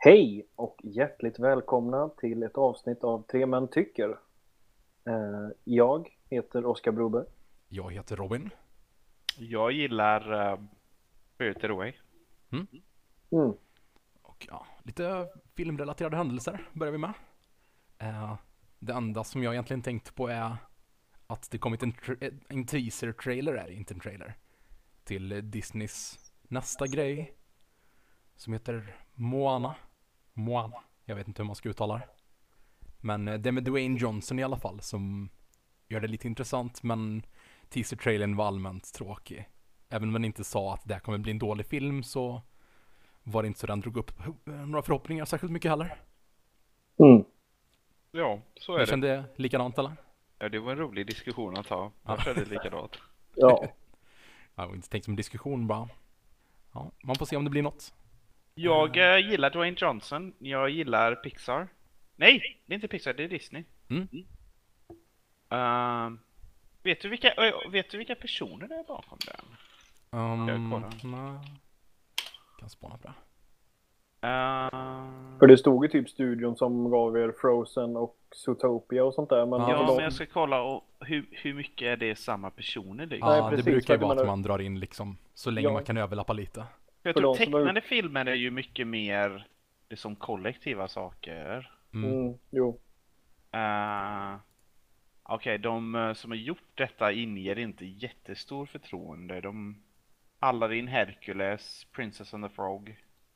Hej och hjärtligt välkomna till ett avsnitt av Tre män tycker. Jag heter Oskar Broberg. Jag heter Robin. Jag gillar Spirited Away. Mm. Mm. Och ja, lite filmrelaterade händelser börjar vi med. Det enda som jag egentligen tänkt på är att det kommit en teaser-trailer, är det inte en trailer, till Disneys nästa grej som heter Moana. Jag vet inte hur man ska uttala det. Men det är med Dwayne Johnson i alla fall som gör det lite intressant, men teaser-trailern var allmänt tråkig. Även om den inte sa att det här kommer bli en dålig film så var det inte så den drog upp några förhoppningar särskilt mycket heller. Mm. Ja, så är Jag det. kände likadant eller? Ja, det var en rolig diskussion att ha. Jag Ja. kände likadant. Ja. Jag har inte tänkt som diskussion bara. Ja, man får se om det blir något. Jag gillar Dwayne Johnson. Jag gillar Pixar. Nej, det är inte Pixar, det är Disney. Mm. Vet du vilka personer det är bakom den? Jag kollar. Nej. Kan spåna på det. För det stod i typ studion som gav er Frozen och Zootopia och sånt där. Men Ja, Ja, de... men jag ska kolla hur mycket är det samma personer liksom. Nej, Ja, det precis, brukar ju för vara jag att menar- man drar in liksom så länge Ja. man kan överlappa lite. För jag för tror de som har tecknade filmer är ju mycket mer det som kollektiva saker. Jo. Okej, de som har gjort detta inger inte jättestor förtroende. Aladdin, Hercules, Princess and the Frog,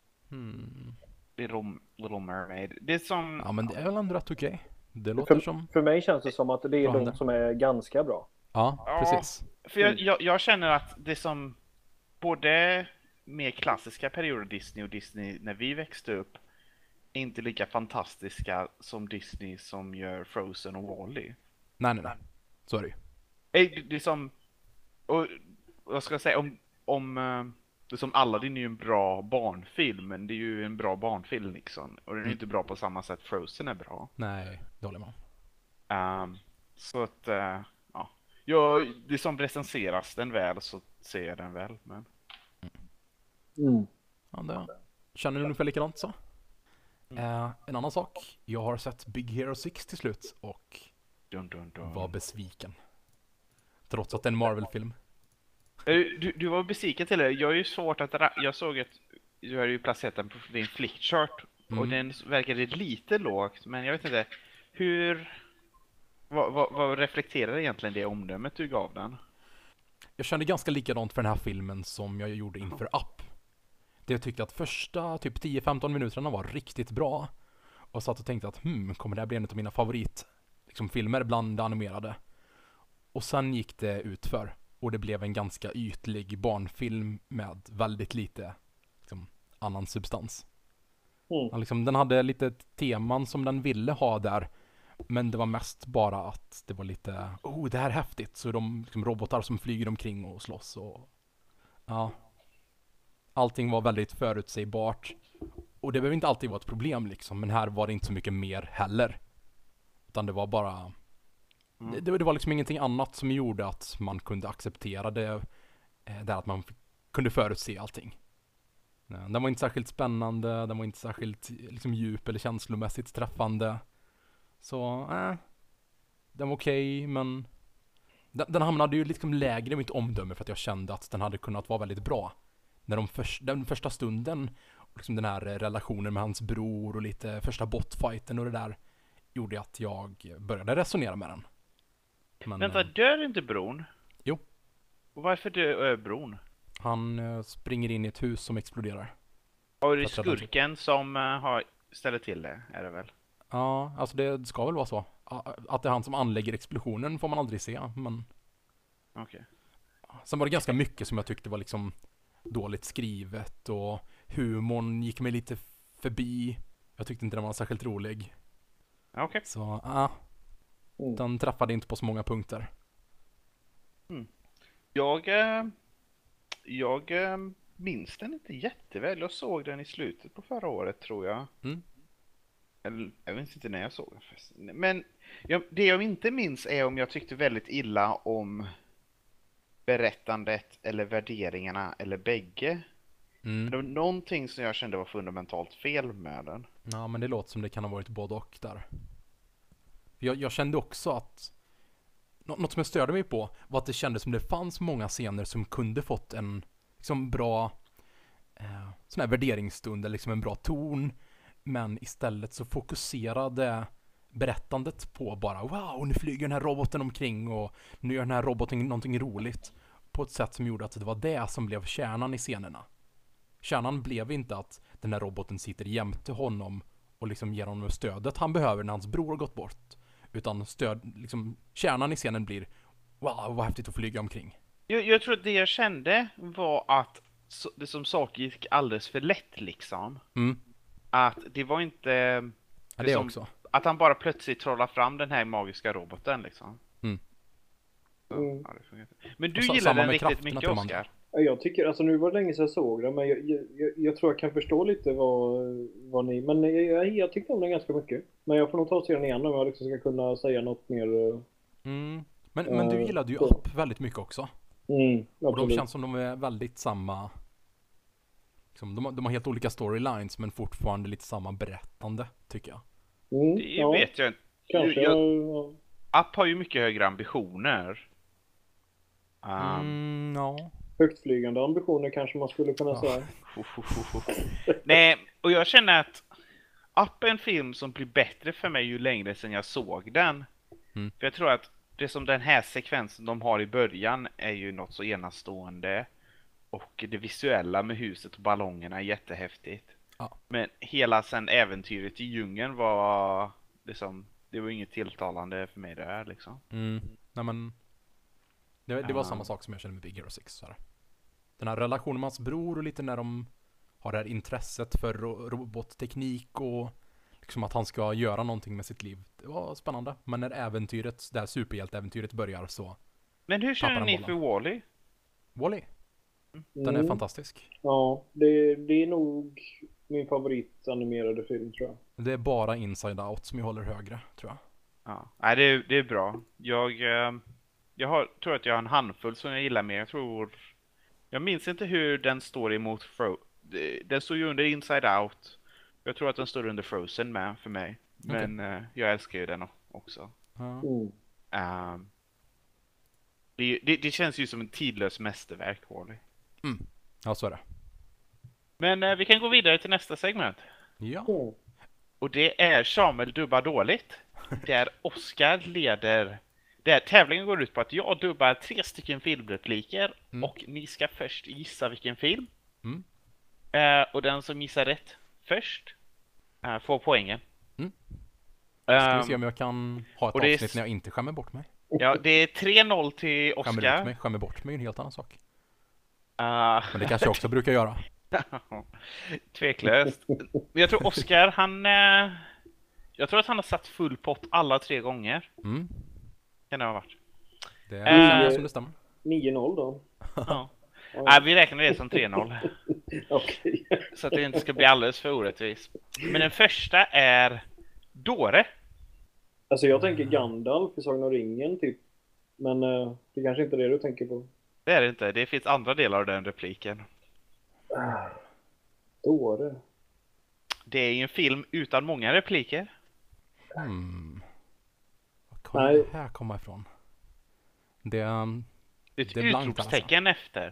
Little Mermaid. Det är som... Ja, men det är väl ändå rätt okej. Det låter som... För mig känns det som att det är Bra de händer. som är ganska bra. Ja, Ja, precis. För jag känner att det som både mer klassiska perioder Disney och Disney när vi växte upp är inte lika fantastiska som Disney som gör Frozen och Wall-E. Nej. Så är det ju. Det är som... Och vad ska jag säga om det är som Aladdin är ju en bra barnfilm, men det är ju en bra barnfilm liksom. Och den är inte bra på samma sätt Frozen är bra. Nej, det håller jag med om. Så att det som recenseras den väl så ser jag den väl, men Mm. Ja, det känner du ungefär likadant så. En annan sak. Jag har sett Big Hero 6 till slut och dun. var besviken. Trots att det är en Marvel-film. Du var besviken till det. Jag är ju svårt att jag såg att du har ju placerat den på din flickchart och den verkade lite lågt, men jag vet inte vad reflekterar egentligen det omdömet du gav den? Jag kände ganska likadant för den här filmen som jag gjorde inför Up. Det jag tyckte att första typ 10-15 minuterna var riktigt bra. Och satt och tänkte att kommer det här bli en av mina favorit liksom, filmer bland animerade. Och sen gick det utför. Och det blev en ganska ytlig barnfilm med väldigt lite liksom, annan substans. Ja, liksom, den hade lite teman som den ville ha där. Men det var mest bara att det var lite, det här är häftigt. Så de liksom, robotar som flyger omkring och slåss och ja. Allting var väldigt förutsägbart. Och det behöver inte alltid vara ett problem liksom. Men här var det inte så mycket mer heller. Utan det var bara det var liksom ingenting annat som gjorde att man kunde acceptera det. Där att man kunde förutse allting. Den var inte särskilt spännande. Den var inte särskilt liksom, djup eller känslomässigt träffande. Så, den var okej, men den hamnade ju liksom lägre i mitt omdöme för att jag kände att den hade kunnat vara väldigt bra. När den första stunden, och liksom den här relationen med hans bror och lite första botfighten och det där, gjorde att jag började resonera med den. Men, Vänta, dör inte bron? Jo. Och varför dör bron? Han springer in i ett hus som exploderar. Och det är För att rädda skurken som har ställt till det, är det väl? Ja, alltså det ska väl vara så. Att det är han som anlägger explosionen får man aldrig se, men Okej. sen var det ganska mycket som jag tyckte var liksom dåligt skrivet och humorn gick mig lite förbi. Jag tyckte inte den var särskilt rolig. Okej. Så, den träffade inte på så många punkter. Jag minns den inte jätteväl. Jag såg den i slutet på förra året, tror jag. Eller, jag vet inte när jag såg den förresten. Men det jag inte minns är om jag tyckte väldigt illa om berättandet eller värderingarna eller bägge Mm. Det var någonting som jag kände var fundamentalt fel med den. Ja, men det låter som det kan ha varit både och där. Jag kände också att något som jag störde mig på var att det kändes som det fanns många scener som kunde fått en liksom bra sån här värderingsstund eller liksom en bra ton, men istället så fokuserade berättandet på bara wow, nu flyger den här roboten omkring och nu gör den här roboten någonting roligt på ett sätt som gjorde att det var det som blev kärnan i scenerna. Kärnan blev inte att den här roboten sitter jämte honom och liksom ger honom stödet han behöver när hans bror har gått bort, utan liksom, kärnan i scenen blir wow, vad häftigt att flyga omkring. Jag tror att det jag kände var att det som saker gick alldeles för lätt liksom. Mm. Att det var inte... Ja, det också. Att han bara plötsligt trollar fram den här magiska roboten liksom. Mm. Så, Mm. ja, det fungerar. Men du Och gillar samma den med riktigt krafterna mycket, till de Oskar. Ja, jag tycker, alltså nu var det länge sedan jag såg det, men jag tror jag kan förstå lite vad ni... Men jag tyckte om den ganska mycket. Men jag får nog ta och se den igen om jag liksom ska kunna säga något mer... Mm. Men du gillade ju så. Up väldigt mycket också. Och de absolut. känns som de är väldigt samma. Liksom, de har helt olika storylines men fortfarande lite samma berättande, tycker jag. Mm, Det ja, vet jag inte. kanske. Jag- App har ju mycket högre ambitioner. Ja. Högtflygande ambitioner kanske man skulle kunna säga. Nej, och jag känner att App är en film som blir bättre för mig ju längre sedan jag såg den. Mm. För jag tror att det som den här sekvensen de har i början är ju något så enastående. Och det visuella med huset och ballongerna är jättehäftigt. Ja. Men hela sen äventyret i djungeln var liksom, det var inget tilltalande för mig där liksom. Nej, men det var samma sak som jag kände med Big Hero 6 så här. Den här relationen med hans bror och lite när de har det här intresset för robotteknik och liksom att han ska göra någonting med sitt liv. Det var spännande. Men när äventyret, det här superhjälteäventyret börjar så... Men hur känner Tappar ni den för Wall-E? Wall-E, den är fantastisk. Ja, det är nog min favoritanimerade film, tror jag. Det är bara Inside Out som jag håller högre, tror jag. Ja, nej, det är bra. Tror att jag har en handfull som jag gillar mer. Jag minns inte hur den står emot den står ju under Inside Out. Jag tror att den står under Frozen med för mig. Men jag älskar ju den också. Ja. Det känns ju som en tidlös mästerverk, Wall-E. Ja, så är det. Men vi kan gå vidare till nästa segment. Ja. Och det är Samuel dubbar dåligt. Där Oscar leder. Där tävlingen går ut på att jag dubbar 3 stycken filmrepliker. Och ni ska först gissa vilken film. Och den som gissar rätt först får poängen. Ska vi se om jag kan ha ett och det är avsnitt när jag inte skämmer bort mig. Ja, det är 3-0 till Oscar. Skämmer bort mig är en helt annan sak. Men Men det kanske jag också brukar göra. Tveklöst. Jag tror Oscar, jag tror att han har satt full pott alla 3 gånger. Kan det ha varit. Det är som det stämmer. 9-0 då. Ja. Nej, vi räknar det som 3-0. Okej. Så att det inte ska bli alldeles för orättvis. Men den första är Dåre. Alltså jag tänker Gandalf i Sagan om ringen typ. Men det kanske inte är det du tänker på. Det är det inte. Det finns andra delar av den repliken. Dåre. Det är ju en film utan många repliker. Var kommer det här komma ifrån? Det är ett det är blankt, utropstecken efter.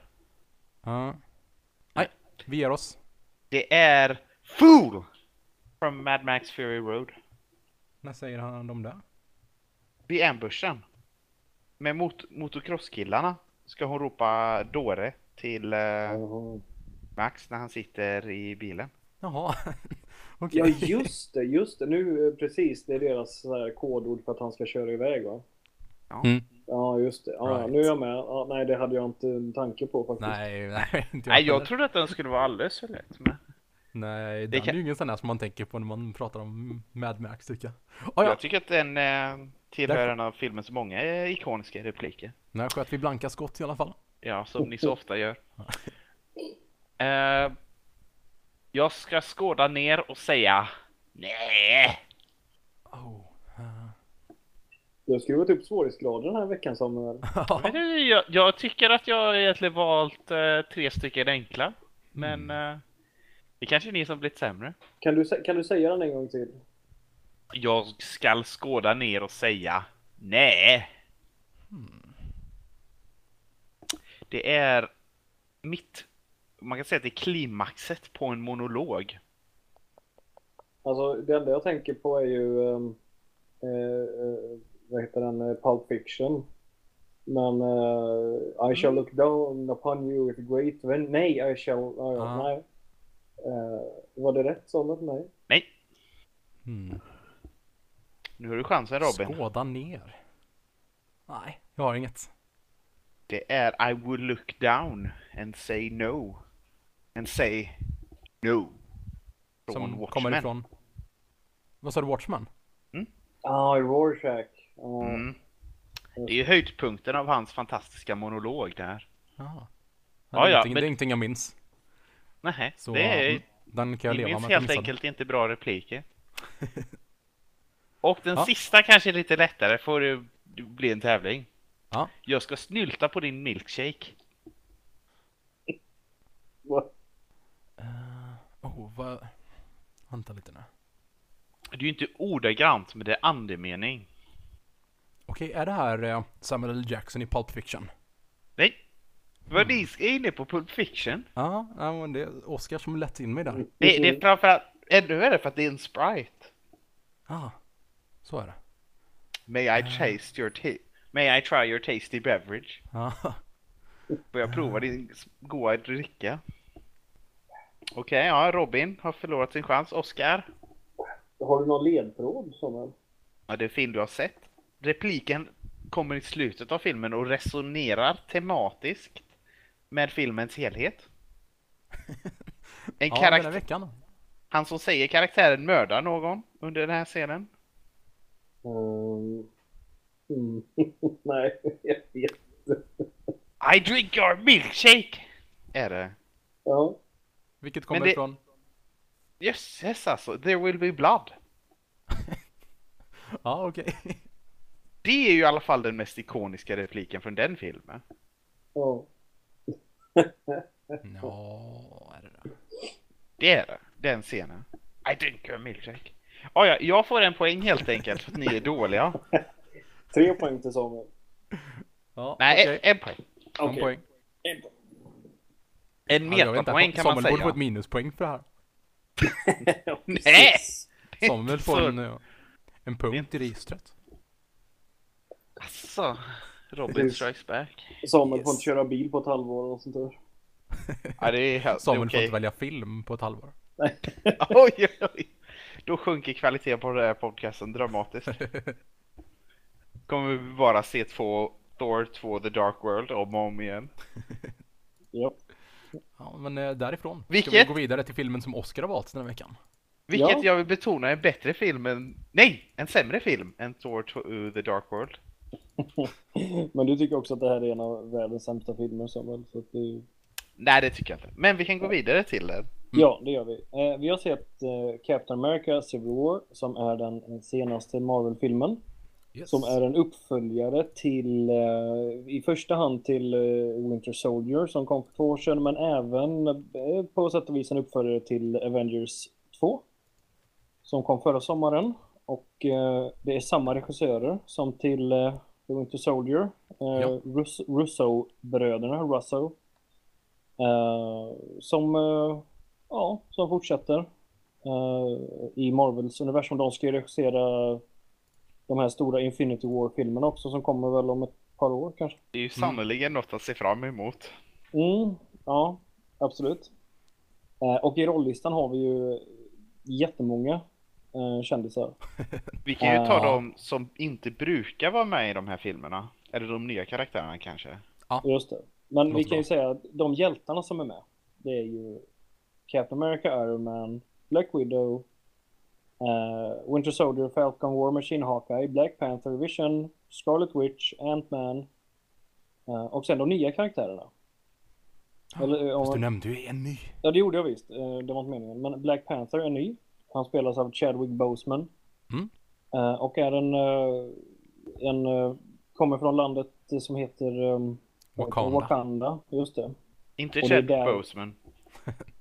Nej, vi ger oss. Det är Fool! From Mad Max Fury Road. När säger han om det? Vid ambushen. Med motocrosskillarna ska hon ropa Dåre till Max när han sitter i bilen. Jaha. Okej. Ja just det. Nu precis, det är deras så här, kodord för att han ska köra iväg, va? Ja. Ja just det. Ja, Right. nu är jag med. Ja, nej, det hade jag inte en tanke på faktiskt. Nej, inte Nej, jag heller. trodde att den skulle vara alldeles för lätt. Men Nej, det är ju ingen sån där som man tänker på när man pratar om Mad Max, tycker jag. jag tycker att den tillhör en av filmens många ikoniska repliker. När sköt vi blanka skott i alla fall. Ja, som ni så ofta gör. Jag ska skåda ner och säga nej. Jag skulle vara typ svårighetsglad den här veckan, Samuel. Jag tycker att jag egentligen valt 3 stycken enkla. Men det kanske är ni som blivit sämre. Kan du säga den en gång till? Jag ska skåda ner och säga nej. Det är man kan säga att det är klimaxet på en monolog. Alltså det enda jag tänker på är ju vad heter den? Pulp Fiction. Men I shall look down upon you with great nej, I shall nej. Var det rätt sånt? Nej. Nej. Hmm. Nu har du chansen, Robin. Skåda ner. Nej, jag har inget. Det är I will look down and say no. And say no. Från Som Watchmen. kommer ifrån... Vad sa du, Watchmen? Rorschach. Det är ju höjdpunkten av hans fantastiska monolog där. Ja. Ja, Det är ingenting jag minns. Nej, Så det är... den kan jag Det leva minns med. helt enkelt inte bra repliker. Och den sista kanske är lite lättare, får det bli en tävling. Ja. Jag ska snylta på din milkshake. What? Vad... Vänta lite nu. Det är ju inte ordagrant, men det är andemening. Okej, är det här Samuel L. Jackson i Pulp Fiction? Nej. Vad ni är inne på Pulp Fiction? Ja, men det är Oscar som lät in mig där. Det är framförallt ännu värre för att det är en Sprite. Så är det. May I try your tasty beverage? Ja. Får jag prova din goda dricka? Okej, ja, Robin har förlorat sin chans. Oscar? Har du någon ledtråd, Samuel? Ja, det är film du har sett. Repliken kommer i slutet av filmen och resonerar tematiskt med filmens helhet. Den här veckan. Han som säger karaktären mördar någon under den här scenen. Nej, jag vet. I drink your milkshake! Är det? Ja. Vilket kommer ifrån? Yes, alltså. There will be blood. Ja, okej. Det är ju i alla fall den mest ikoniska repliken från den filmen. Ja. Ja, är det det? Det är det. Den scenen. I drink your milkshake. Ja, jag får en poäng helt enkelt för att ni är dåliga. 3 poäng till Samuel. Ja, Nej, okej. en poäng. En poäng. En metapoäng kan man Samuel borde få säga. ett minuspoäng för det här. Nej! Samuel får en punkt i registret. Alltså, Robin strikes back. Samuel får inte köra bil på ett halvår och sånt där. Ja, det är helt Samuel får okej. inte välja film på ett halvår. Oj. Då sjunker kvaliteten på den här podcasten dramatiskt. Kommer vi bara se Thor 2 The Dark World om igen. Ja. Ja, men därifrån ska Vilket? vi gå vidare till filmen som Oscar har valt den här veckan. Vilket jag vill betona är en bättre film än... Nej! En sämre film än Thor 2 The Dark World. Men du tycker också att det här är en av världens sämsta filmer, Samuel, så att det... Nej, det tycker jag inte. Men vi kan gå vidare till den. Ja, det gör vi. Vi har sett Captain America Civil War, som är den senaste Marvel-filmen. Yes. Som är en uppföljare till, i första hand till Winter Soldier som kom för 2 år sedan, men även på sätt och vis en uppföljare till Avengers 2 som kom förra sommaren. Och det är samma regissörer som till The Winter Soldier, Russo-bröderna, som fortsätter i Marvels universum. De ska ju regissera de här stora Infinity War-filmerna också som kommer väl om ett par år kanske. Det är ju sannoliken något att se fram emot. Ja, absolut. Och i rolllistan har vi ju jättemånga kändisar. Vi kan ju ta de som inte brukar vara med i de här filmerna. Eller de nya karaktärerna kanske. Just det. Men vi kan ju säga att de hjältarna som är med, det är ju Captain America, Iron Man, Black Widow, Winter Soldier, Falcon, War Machine, Hawkeye, Black Panther, Vision, Scarlet Witch, Ant-Man och sen de nya karaktärerna. Du nämnde ju en ny. Ja, det gjorde jag visst. Det var inte meningen. Men Black Panther är ny. Han spelas av Chadwick Boseman. Och är kommer från landet som heter Wakanda. Just det. Inte Chadwick Boseman.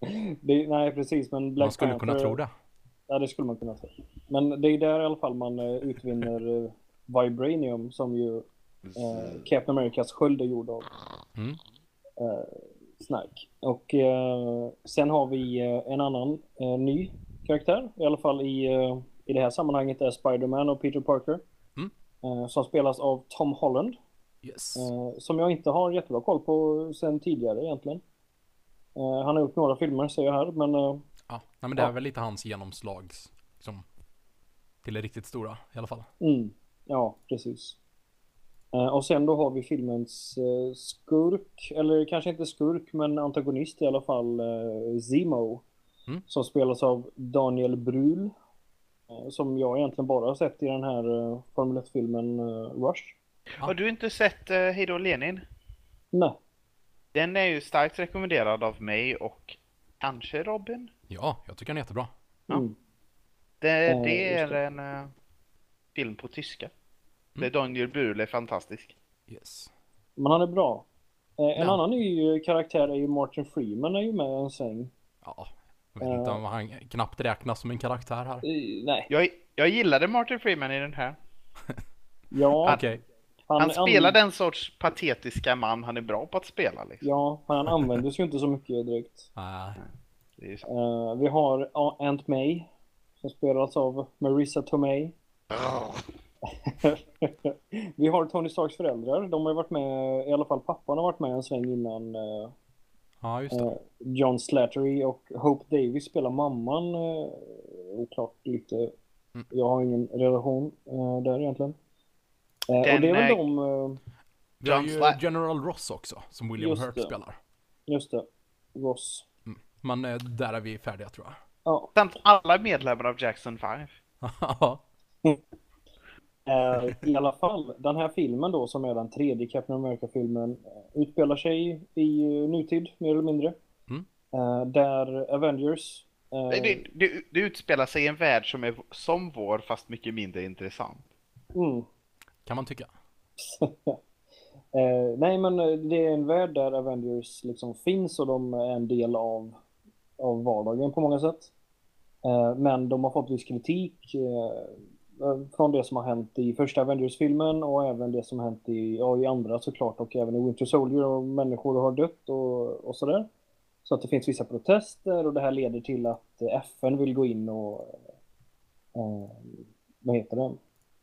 Nej, precis, men Black Man skulle Panther, kunna tro det. Ja, det skulle man kunna säga. Men det är där i alla fall man utvinner Vibranium, som ju Captain Americas sköld är gjord av. Mm. Snark. Och sen har vi en annan ny karaktär, i alla fall i det här sammanhanget är Spider-Man och Peter Parker. Som spelas av Tom Holland. Yes. Som jag inte har jättebra koll på sen tidigare egentligen. Han har gjort några filmer, ser jag här, men... Ja, nej, men det är väl lite hans genomslag liksom, till det riktigt stora i alla fall. Ja, precis. Och sen då har vi filmens skurk, eller kanske inte skurk, men antagonist i alla fall, Zemo. Som spelas av Daniel Brühl. Som jag egentligen bara har sett i den här Formel 1-filmen Rush. Har du inte sett Hej då Lenin? Nej. Den är ju starkt rekommenderad av mig och kanske Robin. Ja, jag tycker den är jättebra. Ja. Det är en film på tyska. Det Daniel Brühl är fantastisk. Yes. Men han är bra. En annan ny karaktär är ju Martin Freeman, är ju med en sväng. Ja, jag vet inte om han knappt räknas som en karaktär här. Nej. Jag gillade Martin Freeman i den här. Ja, Okej. han spelar den sorts patetiska man han är bra på att spela. Liksom. Ja, han använder sig ju inte så mycket direkt. Det är så. Vi har Aunt May, som spelas av Marissa Tomei. Vi har Tony Starks föräldrar. De har ju varit med, i alla fall pappan har varit med en sväng innan. Ja, just det. John Slattery och Hope Davis spelar mamman. Oklart lite. Jag har ingen relation där egentligen. Och det är väl de... Vi har ju General Ross också, som William Hurt spelar. Just det. Ross. Men där är vi färdiga, tror jag. Ja. Samt alla medlemmar av Jackson 5. I alla fall, den här filmen då, som är den tredje Captain America-filmen, utspelar sig i nutid, mer eller mindre. Där Avengers... Det utspelar sig i en värld som är som vår, fast mycket mindre intressant. Kan man tycka. Nej, men det är en värld där Avengers liksom finns och de är en del av vardagen på många sätt. Men de har fått viss kritik från det som har hänt i första Avengers-filmen och även det som har hänt i andra såklart, och även i Winter Soldier, och människor har dött och sådär. Så att det finns vissa protester, och det här leder till att FN vill gå in och vad heter det?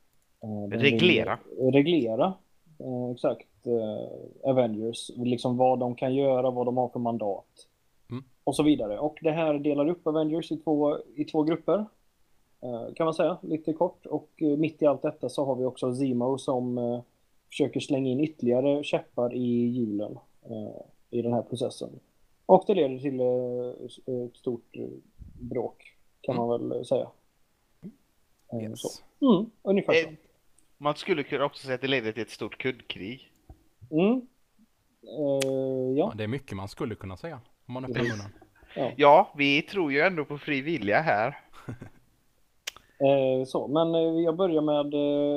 Reglera. Exakt. Avengers, liksom vad de kan göra, vad de har för mandat och så vidare. Och det här delar upp Avengers i två grupper, kan man säga, lite kort. Och mitt i allt detta så har vi också Zemo som försöker slänga in ytterligare käppar i hjulen i den här processen. Och det leder till ett stort bråk, kan man väl säga. Yes. Så. Ungefär så. Man skulle kunna också säga att det leder till ett stort kuddkrig. Ja. Det är mycket man skulle kunna säga, om man öppnar munnen. Ja, vi tror ju ändå på fri vilja här. Så, men jag börjar med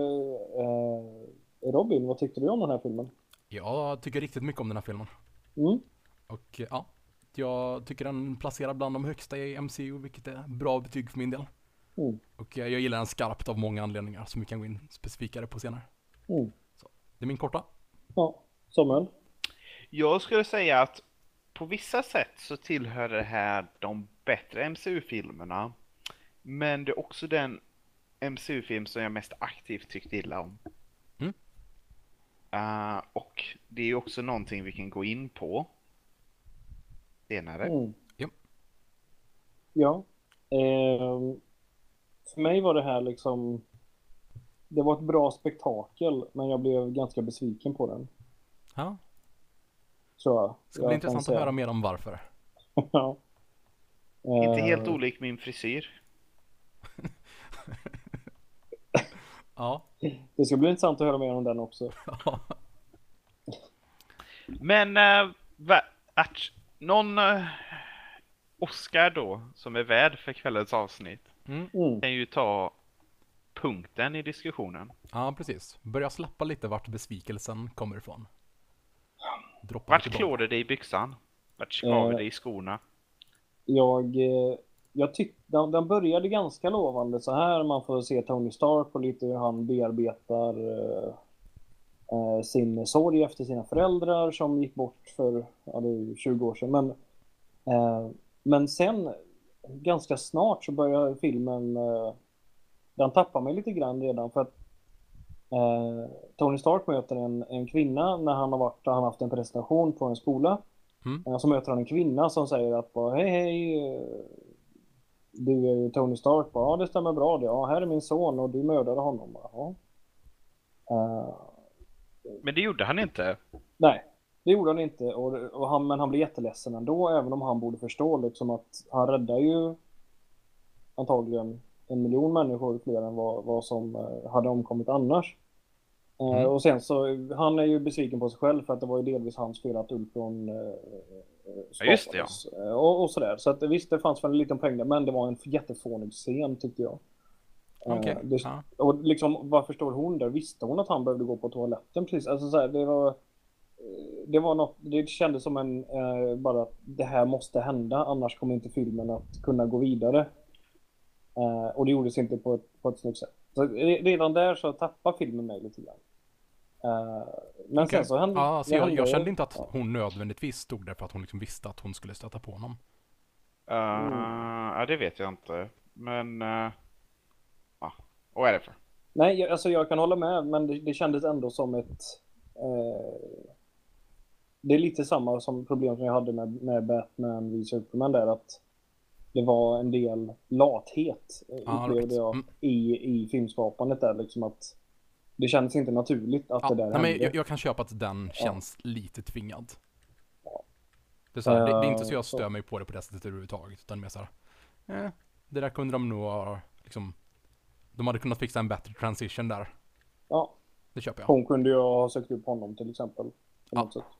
Robin, vad tyckte du om den här filmen? Jag tycker riktigt mycket om den här filmen. Och ja, jag tycker den placerar bland de högsta i MCU, vilket är bra betyg för min del. Och jag gillar den skarpt av många anledningar som vi kan gå in specifikare på senare. Så, det är min korta. Ja, Samuel? Jag skulle säga att på vissa sätt så tillhör det här de bättre MCU-filmerna. Men det är också den MCU-film som jag mest aktivt tyckte illa om. Och det är också någonting vi kan gå in på senare. Ja. För mig var det här liksom... Det var ett bra spektakel, men jag blev ganska besviken på den. Ja. Tror jag. Det ska bli intressant att höra mer om varför. Ja. Inte helt olik min frisyr. Ja. Det ska bli intressant att höra mer om den också. Men någon Oscar då, som är värd för kvällens avsnitt, kan ju ta punkten i diskussionen. Ja, precis. Börja släppa lite vart besvikelsen kommer ifrån. Vart klår det dig i byxan? Vart skaver det i skorna? Jag tyckte den började ganska lovande så här. Man får se Tony Stark och lite hur han bearbetar sin sorg efter sina föräldrar som gick bort för det är ju 20 år sedan. Men sen ganska snart så börjar filmen den tappar mig lite grann redan för att Tony Stark möter en kvinna när han har haft en presentation på en skola. Så möter han en kvinna som säger att hej hej, du är ju Tony Stark. Ja, det stämmer bra det. Ja, här är min son och du mördade honom. Ja. Men det gjorde han inte. Nej, det gjorde han inte. Men han blir jätteledsen ändå, även om han borde förstå liksom att han räddar ju antagligen 1 miljon människor fler än vad som hade omkommit annars. Och sen så, han är ju besviken på sig själv för att det var ju delvis hans fel att Ultron skapades. Ja, just det, ja. Och sådär. Så att visst, det fanns väl en liten poäng där, men det var en jättefånig scen tyckte jag. Okay. Och liksom, vad förstår hon där? Visste hon att han behövde gå på toaletten precis? Alltså så här, det var något, det kändes som bara att det här måste hända, annars kommer inte filmen att kunna gå vidare. Och det gjordes inte på ett snyggt sätt. Så redan där så tappar filmen mig lite grann. Men okay. sen så hände... Alltså jag kände inte att hon nödvändigtvis stod där för att hon liksom visste att hon skulle stöta på honom. Ja, det vet jag inte. Men... vad är det för? Nej, jag kan hålla med, men det kändes ändå som ett... det är lite samma som problem som jag hade med Batman v Superman där, att det var en del lathet upplevde jag i filmskapandet där, liksom att det kändes inte naturligt att det där hände. Men jag kan köpa att den känns lite tvingad. Det är, så här, det är inte så jag stör mig på det på det sättet överhuvudtaget, utan mer så här, det där kunde de nog liksom, de hade kunnat fixa en bättre transition där. Ja. Det köper jag. Hon kunde ju ha sökt upp honom till exempel. På något sätt.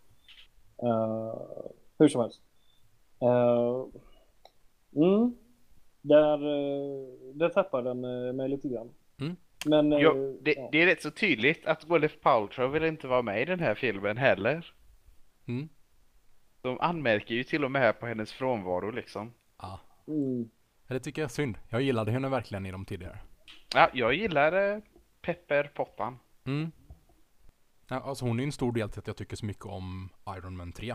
Hur som helst. Där tappar den mig lite grann. Men, det är rätt så tydligt att Gwyneth Paltrow vill inte vara med i den här filmen heller. De anmärker ju till och med på hennes frånvaro liksom. Ja. Det tycker jag är synd. Jag gillade henne verkligen i de tidigare. Ja, jag gillar Pepper Pottan. Ja, alltså hon är en stor del till att jag tycker så mycket om Iron Man 3.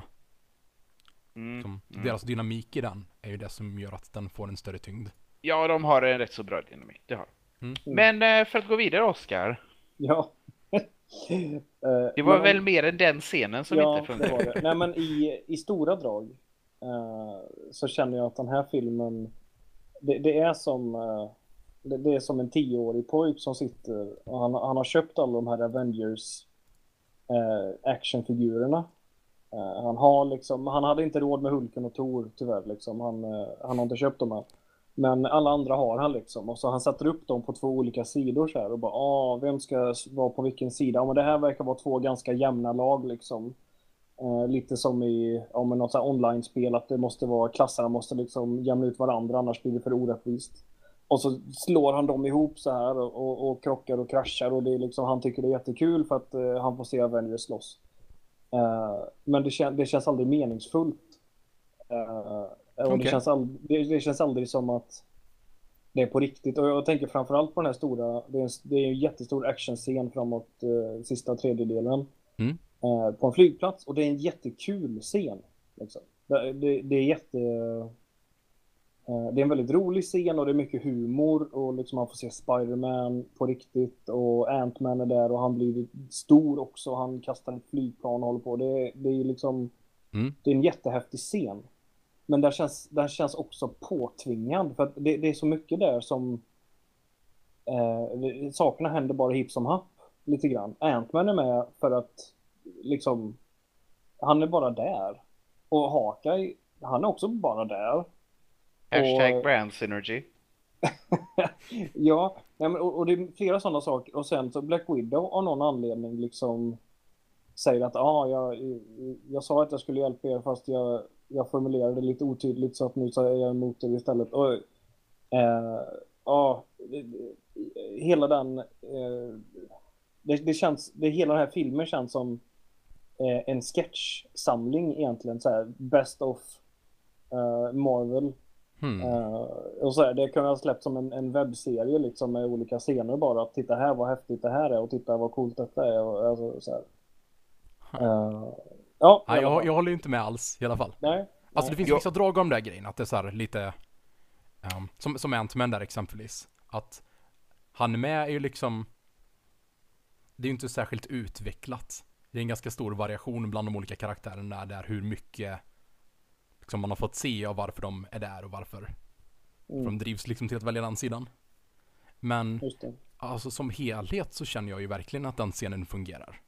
Deras dynamik i den är ju det som gör att den får en större tyngd. Ja, de har en rätt så bra dynamik, det har. Men för att gå vidare, Oscar. Ja. Det var väl mer än den scenen som inte funkar. Det. Nej, men i stora drag så känner jag att den här filmen det är som det är som en 10-årig pojk som sitter och han har köpt alla de här Avengers actionfigurerna. Han hade inte råd med Hulken och Thor tyvärr liksom. Han har inte köpt dem här. Men alla andra har han liksom. Och så han sätter upp dem på 2 olika sidor så här och bara, vem ska vara på vilken sida? Men det här verkar vara 2 ganska jämna lag liksom. Lite som i något så här online-spel, att det måste vara, klasserna måste liksom jämna ut varandra, annars blir det för orättvist. Och så slår han dem ihop så här och krockar och kraschar, och det är liksom, han tycker det är jättekul för att han får se Avengers slåss. Men det känns aldrig meningsfullt. Och det känns aldrig som att det är på riktigt. Och jag tänker framförallt på den här stora, det är en jättestor actionscen framåt sista tredjedelen på en flygplats, och det är en jättekul scen liksom. Det är en väldigt rolig scen och det är mycket humor, och liksom man får se Spider-Man på riktigt, och Ant-Man är där och han blir stor också, han kastar ett flygplan och håller på. Det är liksom det är en jättehäftig scen. Men den känns också påtvingad, för att det är så mycket där som sakerna händer bara hipp som happ lite grann. Ant-Man är med för att liksom han är bara där, och Hawkeye, han är också bara där. Hashtag brand synergy. Ja, och det är flera sådana saker. Och sen så Black Widow av någon anledning liksom säger att jag sa att jag skulle hjälpa er, fast jag formulerade det lite otydligt, så att nu så är jag emot er istället. Och hela den hela den här filmen känns som en sketchsamling egentligen, så här best of Marvel. Och så här, det kan jag släppt som en webbserie liksom med olika scener bara. Att titta här vad häftigt det här är och titta vad coolt detta är. Och, alltså, så här. Ja, Nej, jag håller ju inte med alls i alla fall. Nej. Alltså det finns vissa drag om den där grejen, att det är så här lite som Ant-Man där exempelvis. Att han med är ju liksom, det är ju inte särskilt utvecklat. Det är en ganska stor variation bland de olika karaktärerna där hur mycket liksom man har fått se av varför de är där och varför de drivs liksom till att välja den sidan. Men alltså som helhet så känner jag ju verkligen att den scenen fungerar.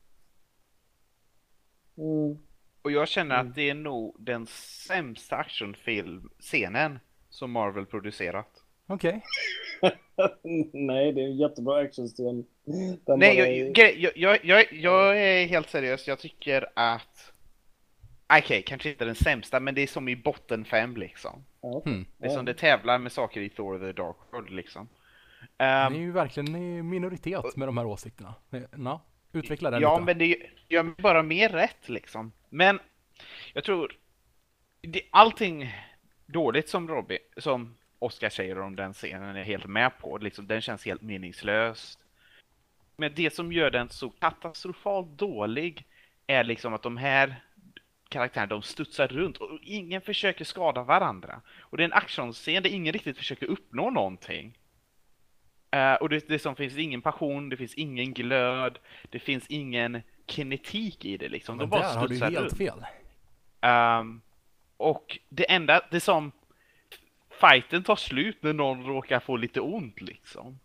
Och jag känner att det är nog den sämsta actionfilm-scenen som Marvel producerat. Okej. Nej, det är en jättebra actionscen. Nej, jag är helt seriös. Jag tycker att... Okej, kanske inte den sämsta, men det är som i botten 5 liksom. Det är som det tävlar med saker i Thor the Dark World liksom. Det är ju verkligen en minoritet med de här åsikterna. Utveckla det lite. Ja, men det gör bara mer rätt liksom. Men jag tror allting dåligt som Oscar säger om den scenen är helt med på. Liksom, den känns helt meningslös. Men det som gör den så katastrofalt dålig är liksom att de här karaktärerna, de studsar runt och ingen försöker skada varandra. Och det är en actionscen där ingen riktigt försöker uppnå någonting. Och det som finns ingen passion, det finns ingen glöd, det finns ingen kinetik i det liksom. Men de bara där har du studsar helt runt. fel. Och det som fighten tar slut när någon råkar få lite ont liksom.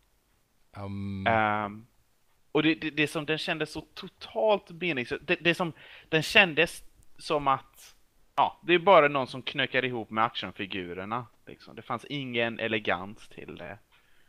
Och det som den kändes så totalt meningslöst. Det som den kändes som att det är bara någon som knökar ihop med actionfigurerna liksom. Det fanns ingen elegans till det.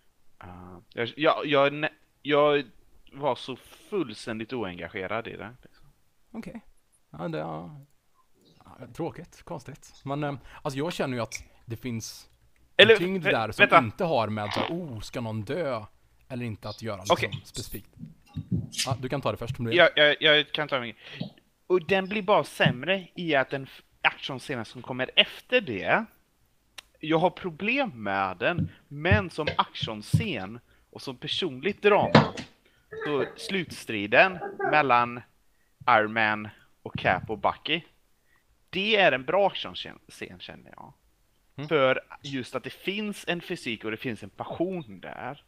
Jag var så fullständigt oengagerad i det liksom. Okej. Ja, det är tråkigt, konstigt. Men alltså jag känner ju att det finns en tyngd där som inte har med så, ska någon dö eller inte att göra liksom, specifikt. Ja, du kan ta det först om du vill. Jag kan ta mig. Och den blir bara sämre i att den actionscenen som kommer efter det, jag har problem med den, men som actionscen och som personligt drama, så slutstriden mellan Iron Man och Cap och Bucky, det är en bra actionscen känner jag. För just att det finns en fysik och det finns en passion där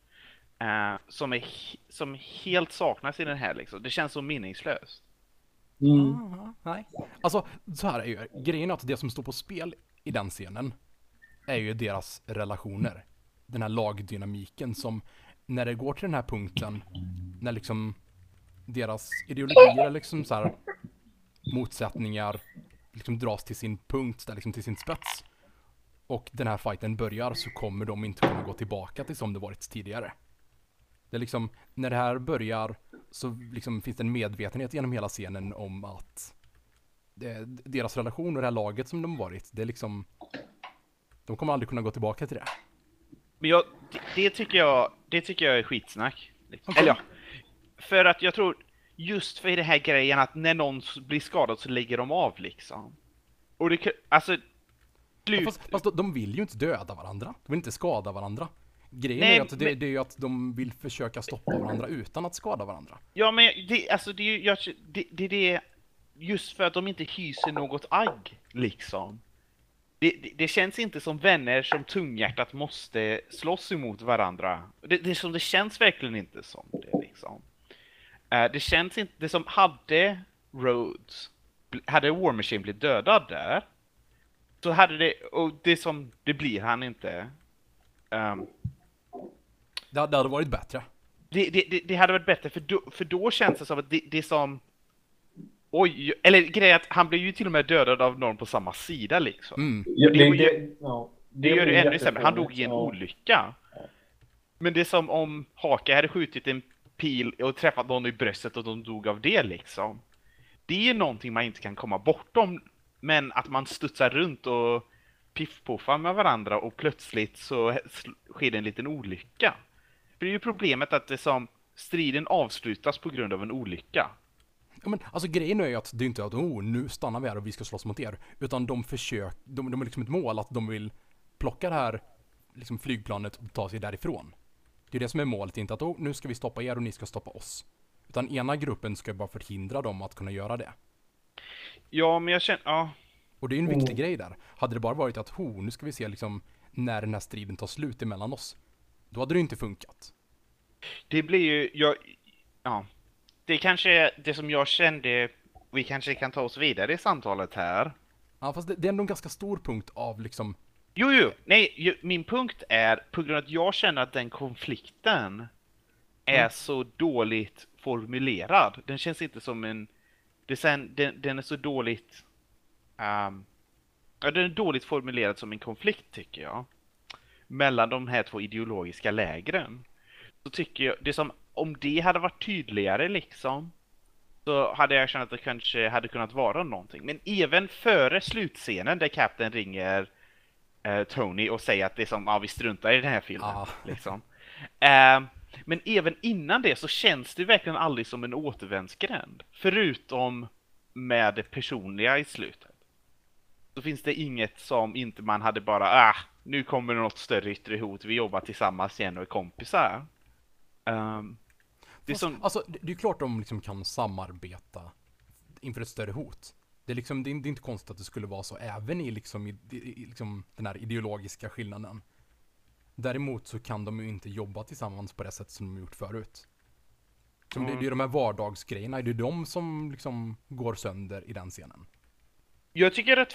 som helt saknas i den här liksom. Det känns så meningslöst. Nej. Alltså, så här är ju grejen, att det som står på spel i den scenen är ju deras relationer. Den här lagdynamiken som, när det går till den här punkten, när liksom deras ideologier liksom så här motsättningar liksom dras till sin punkt, där liksom till sin spets, och den här fighten börjar, så kommer de inte kunna gå tillbaka till som det varit tidigare. Det är liksom, när det här börjar så liksom finns det en medvetenhet genom hela scenen om att deras relation och det här laget som de varit, det är liksom, de kommer aldrig kunna gå tillbaka till det. Men det tycker jag är skitsnack. Liksom. Okay. Eller för att jag tror just för det här grejen att när någon blir skadad så lägger de av liksom. Och det alltså fast de vill ju inte döda varandra. De vill inte skada varandra. Grejen är att det är ju att de vill försöka stoppa varandra utan att skada varandra. Ja, men det är just för att de inte hyser något agg liksom. Det känns inte som vänner som tunghjärtat måste slåss emot varandra. Det känns verkligen inte som det liksom. Det känns inte, det som hade War Machine blivit dödad där, så hade det, och det blir han inte. Det hade varit bättre. Det hade varit bättre, för då känns det som att det är som eller grejen att han blir ju till och med dödad av någon på samma sida liksom. Det gör det ännu sämre. Han dog i en olycka. Men det är som om Hawkeye hade skjutit en pil och träffat någon i bröstet och de dog av det liksom. Det är någonting man inte kan komma bortom, men att man studsar runt och piffpuffar med varandra och plötsligt så sker det en liten olycka. För det är ju problemet att det som striden avslutas på grund av en olycka. Ja, men alltså grejen är ju att det är inte att nu stannar vi här och vi ska slåss mot er. Utan de är liksom ett mål att de vill plocka det här liksom flygplanet och ta sig därifrån. Det är det som är målet, inte att nu ska vi stoppa er och ni ska stoppa oss. Utan ena gruppen ska bara förhindra dem att kunna göra det. Ja, men jag känner, ja. Och det är ju en viktig grej där. Hade det bara varit att nu ska vi se liksom när den här striden tar slut emellan oss. Då hade det inte funkat. Det blir ju, ja. Det är kanske det som jag kände, vi kanske kan ta oss vidare i samtalet här. Ja, fast det är ändå en ganska stor punkt av liksom... Nej, min punkt är på grund av att jag känner att den konflikten är så dåligt formulerad. Den känns inte som den är så dåligt den är dåligt formulerad som en konflikt, tycker jag. Mellan de här två ideologiska lägren. Så tycker jag, det som om det hade varit tydligare liksom, så hade jag känt att det kanske hade kunnat vara någonting. Men även före slutscenen där Captain ringer Tony och säger att det är som, vi struntar i den här filmen. Liksom. Men även innan det så känns det verkligen aldrig som en återvändsgränd. Förutom med det personliga i slutet. Så finns det inget som inte man hade bara, nu kommer det något större yttre hot, vi jobbar tillsammans igen och är kompisar. Det är klart de liksom kan samarbeta inför ett större hot. Det är inte konstigt att det skulle vara så även i liksom den här ideologiska skillnaden. Däremot så kan de ju inte jobba tillsammans på det sätt som de gjort förut. Det är de här vardagsgrejerna, det är de som liksom går sönder i den scenen. Jag tycker att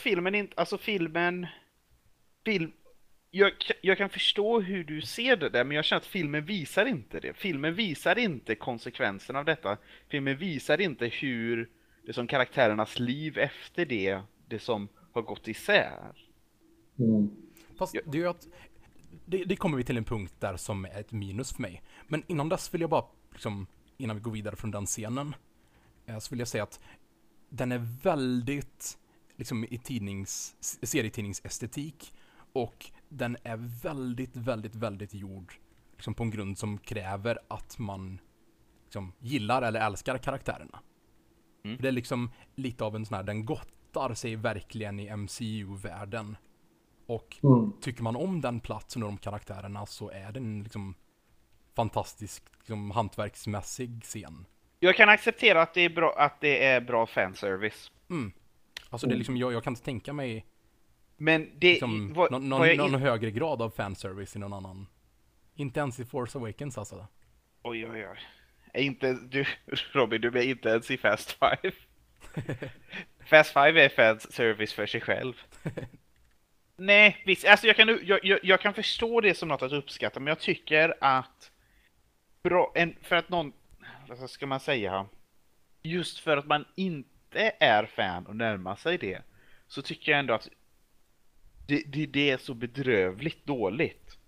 jag kan förstå hur du ser det där, men jag känner att filmen visar inte det. Filmen visar inte konsekvenserna av detta. Filmen visar inte hur det som karaktärernas liv efter det som har gått isär. Fast det är ju att det kommer vi till en punkt där som är ett minus för mig. Men innan dess vill jag bara liksom, innan vi går vidare från den scenen, så vill jag säga att den är väldigt liksom i serietidningsestetik, och den är väldigt, väldigt, väldigt gjord liksom på en grund som kräver att man liksom gillar eller älskar karaktärerna. För det är liksom lite av en sån här, den gottar sig verkligen i MCU-världen. Och tycker man om den platsen och de karaktärerna, så är den liksom fantastisk liksom hantverksmässig scen. Jag kan acceptera att det är bra fanservice. Alltså det är liksom, jag kan inte tänka mig men det liksom, någon högre grad av fanservice i någon annan. Inte ens i Force Awakens alltså. Oj. Är inte du, Robin, du är inte ens i Fast Five. Fast Five är fanservice för sig själv. Nej, visst. Alltså jag kan förstå det som något att uppskatta, men jag tycker att för att någon, vad ska man säga, just för att man inte är fan och närmar sig det, så tycker jag ändå att det är så bedrövligt dåligt.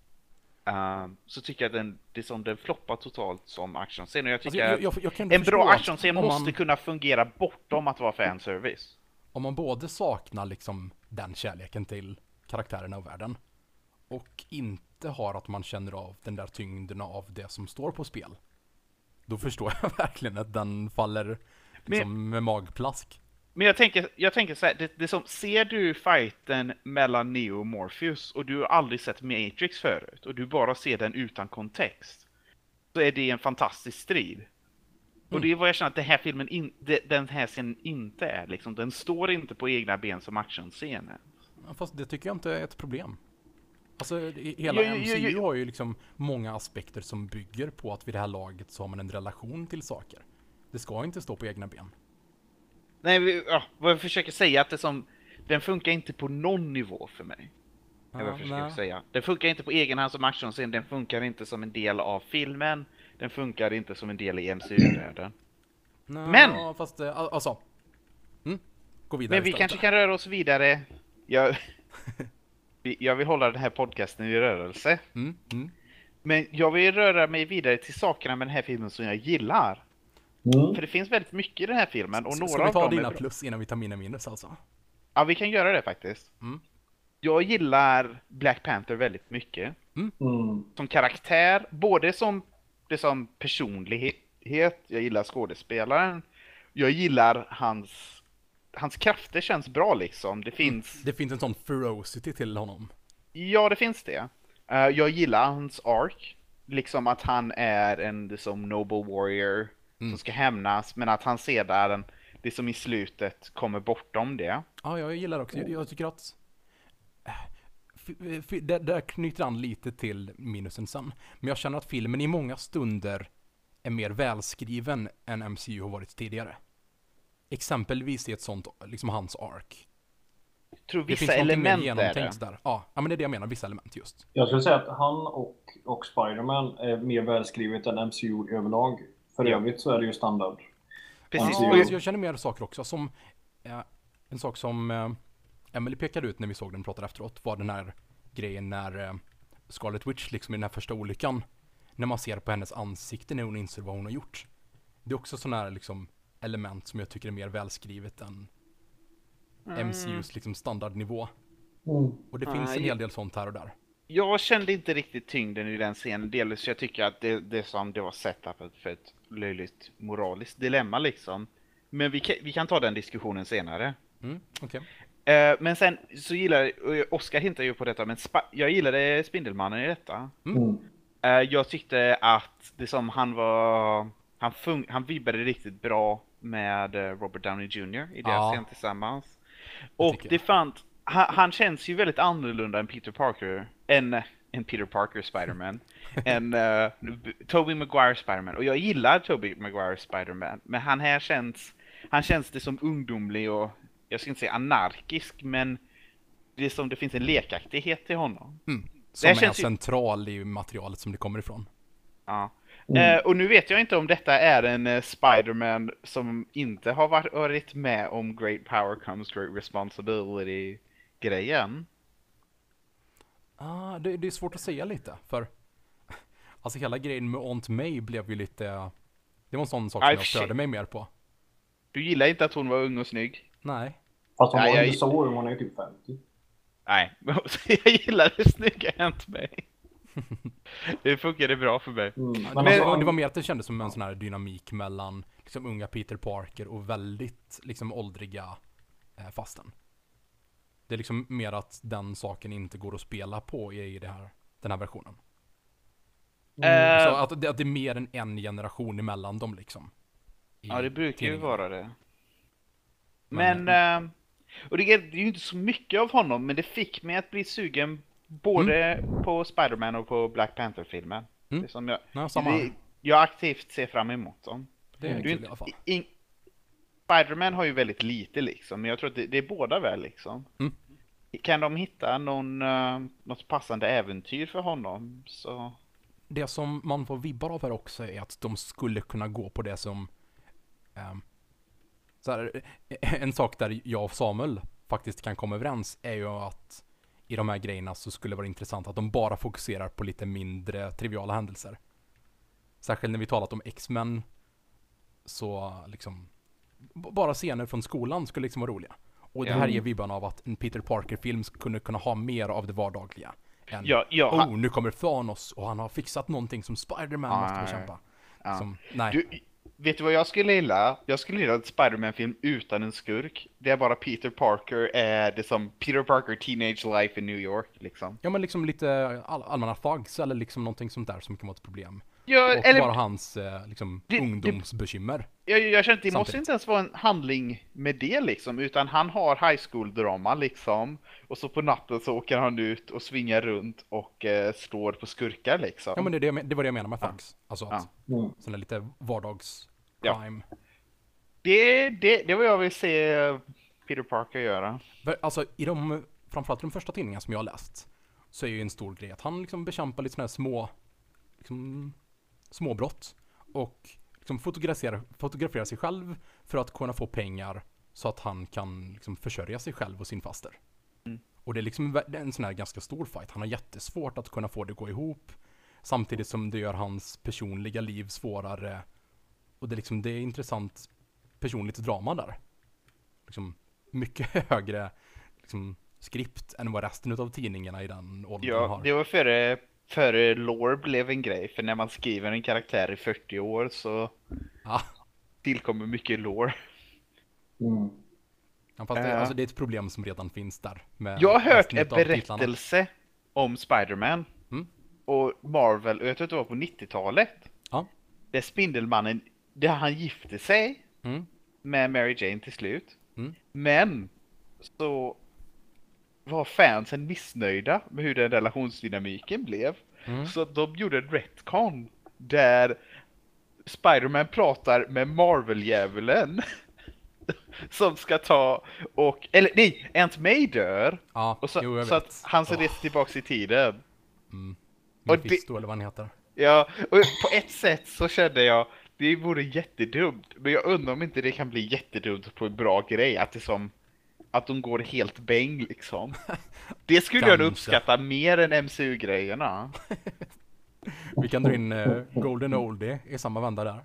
Så tycker jag att den floppar totalt som actionscen. Och jag tycker jag en bra actionscen måste kunna fungera bortom att vara fanservice. Om man både saknar liksom den kärleken till karaktärerna och världen, och inte har att man känner av den där tyngden av det som står på spel, då förstår jag verkligen att den faller liksom med magplask. Men jag tänker så här, det som, ser du fighten mellan Neo och Morpheus och du har aldrig sett Matrix förut och du bara ser den utan kontext, så är det en fantastisk strid. Och det är vad jag känner att den här scenen inte är liksom, den står inte på egna ben som actionscenen. Fast det tycker jag inte är ett problem. Alltså hela MCU har ju liksom många aspekter som bygger på att vid det här laget så har man en relation till saker. Det ska inte stå på egna ben. Nej, vad jag försöker säga att den funkar inte på någon nivå för mig. Den funkar inte på egen hand som actionscen, den funkar inte som en del av filmen, den funkar inte som en del i MCU-världen. Men fast alltså gå vidare. Men vi kanske kan röra oss vidare. Jag vill hålla den här podcasten i rörelse. Men jag vill röra mig vidare till sakerna med den här filmen som jag gillar. För det finns väldigt mycket i den här filmen. Och ska vi ta dina plus innan vi tar mina minus alltså? Ja, vi kan göra det faktiskt. Jag gillar Black Panther väldigt mycket. Som karaktär, både som personlighet, jag gillar skådespelaren, jag gillar hans krafter känns bra liksom. Det finns, Det finns en sån ferocity till honom. ja det finns det. Jag gillar hans arc. Liksom att han är en som noble warrior som ska hämnas, men att han sedan, det som i slutet kommer bortom det. Ja, jag gillar också. Jag tycker att det där knyter an lite till minusen sen. Men jag känner att filmen i många stunder är mer välskriven än MCU har varit tidigare. Exempelvis i ett sånt, liksom hans arc. Jag tror Det vissa finns någonting mer element är det. genomtänkt där. Ja, men det är det jag menar, vissa element just. Jag skulle säga att han och Spider-Man är mer välskrivet än MCU överlag. För övrigt så är det ju standard. Precis. Ja, MCU. alltså jag känner mer saker också som en sak som Emily pekade ut när vi såg den och pratade efteråt var den här grejen när Scarlet Witch liksom i den här första olyckan, när man ser på hennes ansikte när hon inser vad hon har gjort. Det är också sådana här liksom element som jag tycker är mer välskrivet än MCUs liksom standardnivå. Och det finns en hel del sånt här och där. Jag kände inte riktigt tyngden i den scenen. Delvis jag tycker att det som det var setupet för ett löjligt moraliskt dilemma liksom. Men vi kan ta den diskussionen senare. Okej. Men sen så gillar Oscar hintar ju på detta, men jag gillade Spindelmannen i detta. Jag tyckte att det som han var, han vibbade riktigt bra med Robert Downey Jr. i deras scen tillsammans. Och det han känns ju väldigt annorlunda än Peter Parker, än Peter Parker Spider-Man, än Tobey Maguire Spider-Man. Och jag gillar Tobey Maguire Spider-Man, men han känns det som ungdomlig och jag ska inte säga anarkisk, men det är som det finns en lekaktighet till honom. Som är central i materialet som det kommer ifrån. Ja. Och nu vet jag inte om detta är en Spider-Man som inte har varit med om Great Power Comes Great Responsibility-grejen. Det är svårt att säga lite, för alltså hela grejen med Aunt May blev ju lite, det var en sån sak som jag störde mig mer på. Du gillar inte att hon var ung och snygg? Nej. Fast hon var inte så ung, hon är ju typ 50. Nej, jag gillar det snygga Aunt May. Det funkade bra för mig. Men det var mer att det kändes som en sån här dynamik mellan liksom unga Peter Parker och väldigt liksom åldriga fasten. Det är liksom mer att den saken inte går att spela på i den här versionen. Så att det är mer än en generation emellan dem liksom. Ja, det brukar ju vara det. Men och det är ju inte så mycket av honom, men det fick mig att bli sugen både på Spider-Man och på Black Panther-filmen. Det som jag aktivt ser fram emot dem. Det är kul i alla fall. Spider-Man har ju väldigt lite liksom, men jag tror att det är båda väl liksom. Kan de hitta något passande äventyr för honom så... Det som man får vibbar av här också är att de skulle kunna gå på det som så här, en sak där jag och Samuel faktiskt kan komma överens är ju att i de här grejerna så skulle det vara intressant att de bara fokuserar på lite mindre triviala händelser. Särskilt när vi talat om X-Men så liksom bara scener från skolan skulle liksom vara roliga. Och det här ger vibban av att en Peter Parker-film skulle kunna ha mer av det vardagliga. Nu kommer Thanos och han har fixat någonting som Spider-Man måste bekämpa. Vet du vad jag skulle gilla? Jag skulle gilla en Spider-Man-film utan en skurk. Det är bara Peter Parker, det som Peter Parker Teenage Life in New York liksom. Ja, men liksom lite allmänna thugs eller liksom någonting sånt där som kan vara ett problem. Ja, och eller bara hans liksom ungdomsbekymmer. Jag känner att det måste inte ens vara en handling med det liksom, utan han har high school-drama liksom, och så på natten så åker han ut och svingar runt och slår på skurkar liksom. Ja, men det var det jag menar med thugs. Alltså att sån där lite vardagscrime. Det var jag vill se Peter Parker göra. Alltså framförallt i de första tidningarna som jag har läst så är ju en stor grej att han liksom bekämpar lite såna här småbrott och liksom fotografera sig själv för att kunna få pengar så att han kan liksom försörja sig själv och sin faster. Och det är liksom en sån här ganska stor fight. Han har jättesvårt att kunna få det att gå ihop samtidigt som det gör hans personliga liv svårare. Och det är intressant personligt drama där. Liksom mycket högre liksom skript än vad resten av tidningarna i den åldern har. Ja, det var före lore blev en grej, för när man skriver en karaktär i 40 år så... Ja. tillkommer mycket lore. Mm. Ja, fast alltså, det är ett problem som redan finns där. Jag har hört resten en utav titlarna. berättelse om Spider-Man och Marvel, och jag tror att det var på 90-talet. Ja. Där Spindelmannen, där han gifte sig med Mary Jane till slut. Men så var fansen missnöjda med hur den relationsdynamiken blev. Så de gjorde en retcon där Spider-Man pratar med Marvel-djävulen som ska ta och, eller nej, Aunt May dör. Ja, och så, jo, jag så vet. att han ska resa tillbaka i tiden. Mephisto eller vad han heter. Ja, och på ett sätt så kände jag det vore jättedumt, men jag undrar om inte det kan bli jättedumt på en bra grej, att det som att de går helt bäng liksom. Det skulle jag nog uppskatta mer än MCU-grejerna. Vi kan dra in Golden Oldie i samma vända där.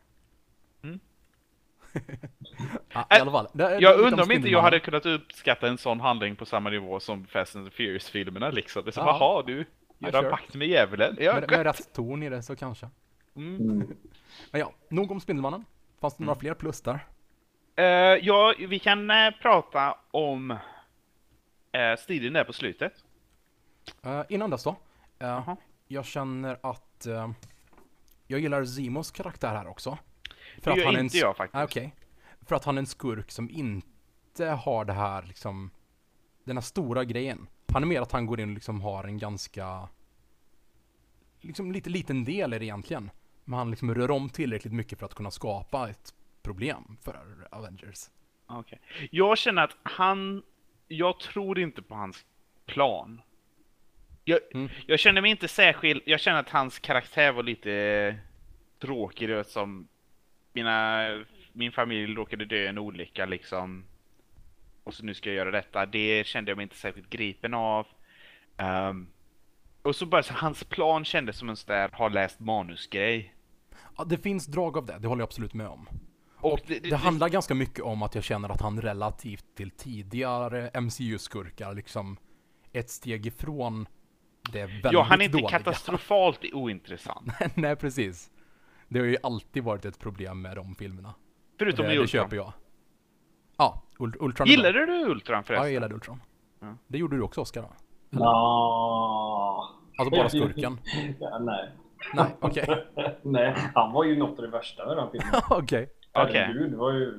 Ja, i alla fall. Jag undrar om inte jag hade kunnat uppskatta en sån handling på samma nivå som Fast and the Furious-filmerna liksom. Det är som, jaha, du gör en pakt med djävulen. Ja, med rätt ton i det så kanske. Men ja, nog om Spindelmannen. Fanns det några fler plus där? Ja, vi kan prata om stilen där på slutet. Innan dess då. Jag känner att jag gillar Zimos karaktär här också. För att han är inte jag faktiskt. Okej. För att han är en skurk som inte har det här liksom, den här stora grejen. Han är mer att han går in och liksom har en ganska liksom liten del i det egentligen. Men han liksom rör om tillräckligt mycket för att kunna skapa ett problem för Avengers. Okej. Jag känner att jag tror inte på hans plan. Jag känner mig inte särskilt, jag känner att hans karaktär var lite tråkig, det som min familj råkade dö i en olycka liksom. Och så nu ska jag göra detta. Det kände jag mig inte särskilt gripen av. Och så bara så hans plan kändes som en sån där har läst manusgrej. Ja, det finns drag av det. Det håller jag absolut med om. Och det handlar ganska mycket om att jag känner att han relativt till tidigare MCU-skurkar liksom ett steg ifrån det väldigt dåliga. Ja, han är inte katastrofalt ointressant. Nej, precis. Det har ju alltid varit ett problem med de filmerna. Förutom i Ultron. Det köper jag. Ja, Ultron. Gillade du Ultron förresten? Ja, jag gillade Ultron. Ja. Det gjorde du också, Oscar, va? Ja. Alltså bara skurken? Ja, nej. Nej, okej. Nej, han var ju något av det värsta med den filmen. Okej. Herregud, det var ju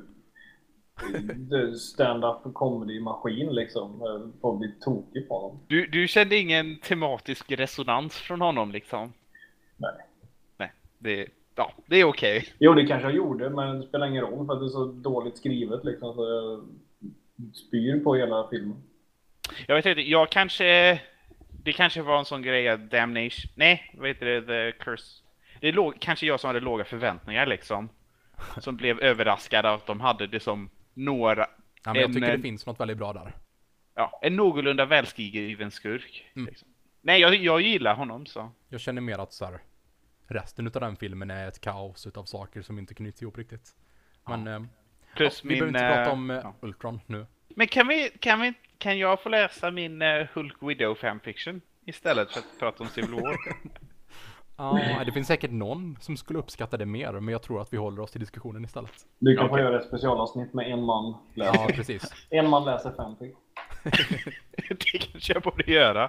stand-up comedy-maskin liksom. Folk blir tokig på honom. Du kände ingen tematisk resonans från honom liksom? Nej, det är okej. Jo, det kanske jag gjorde, men det spelar ingen roll för att det är så dåligt skrivet liksom, så jag spyr på hela filmen. Jag vet inte, det kanske var en sån grej att Damnation, nej, vad heter det, The Curse. Det är kanske jag som hade låga förväntningar liksom. Som blev överraskad av att de hade det som några... Ja, men jag tycker det finns något väldigt bra där. Ja, en någorlunda välskriven skurk. Liksom. Nej, jag gillar honom så. Jag känner mer att så här, resten av den filmen är ett kaos utav saker som inte knyts ihop riktigt. Men plus vi behöver inte prata om Ultron nu. Men kan jag få läsa min Hulk Widow fanfiction istället för att prata om Civil War? Ja, det finns säkert någon som skulle uppskatta det mer, men jag tror att vi håller oss till diskussionen istället. Du kan få göra ett specialavsnitt med en man läser. Ja, precis. En man läser fanfic. Det kanske jag borde göra.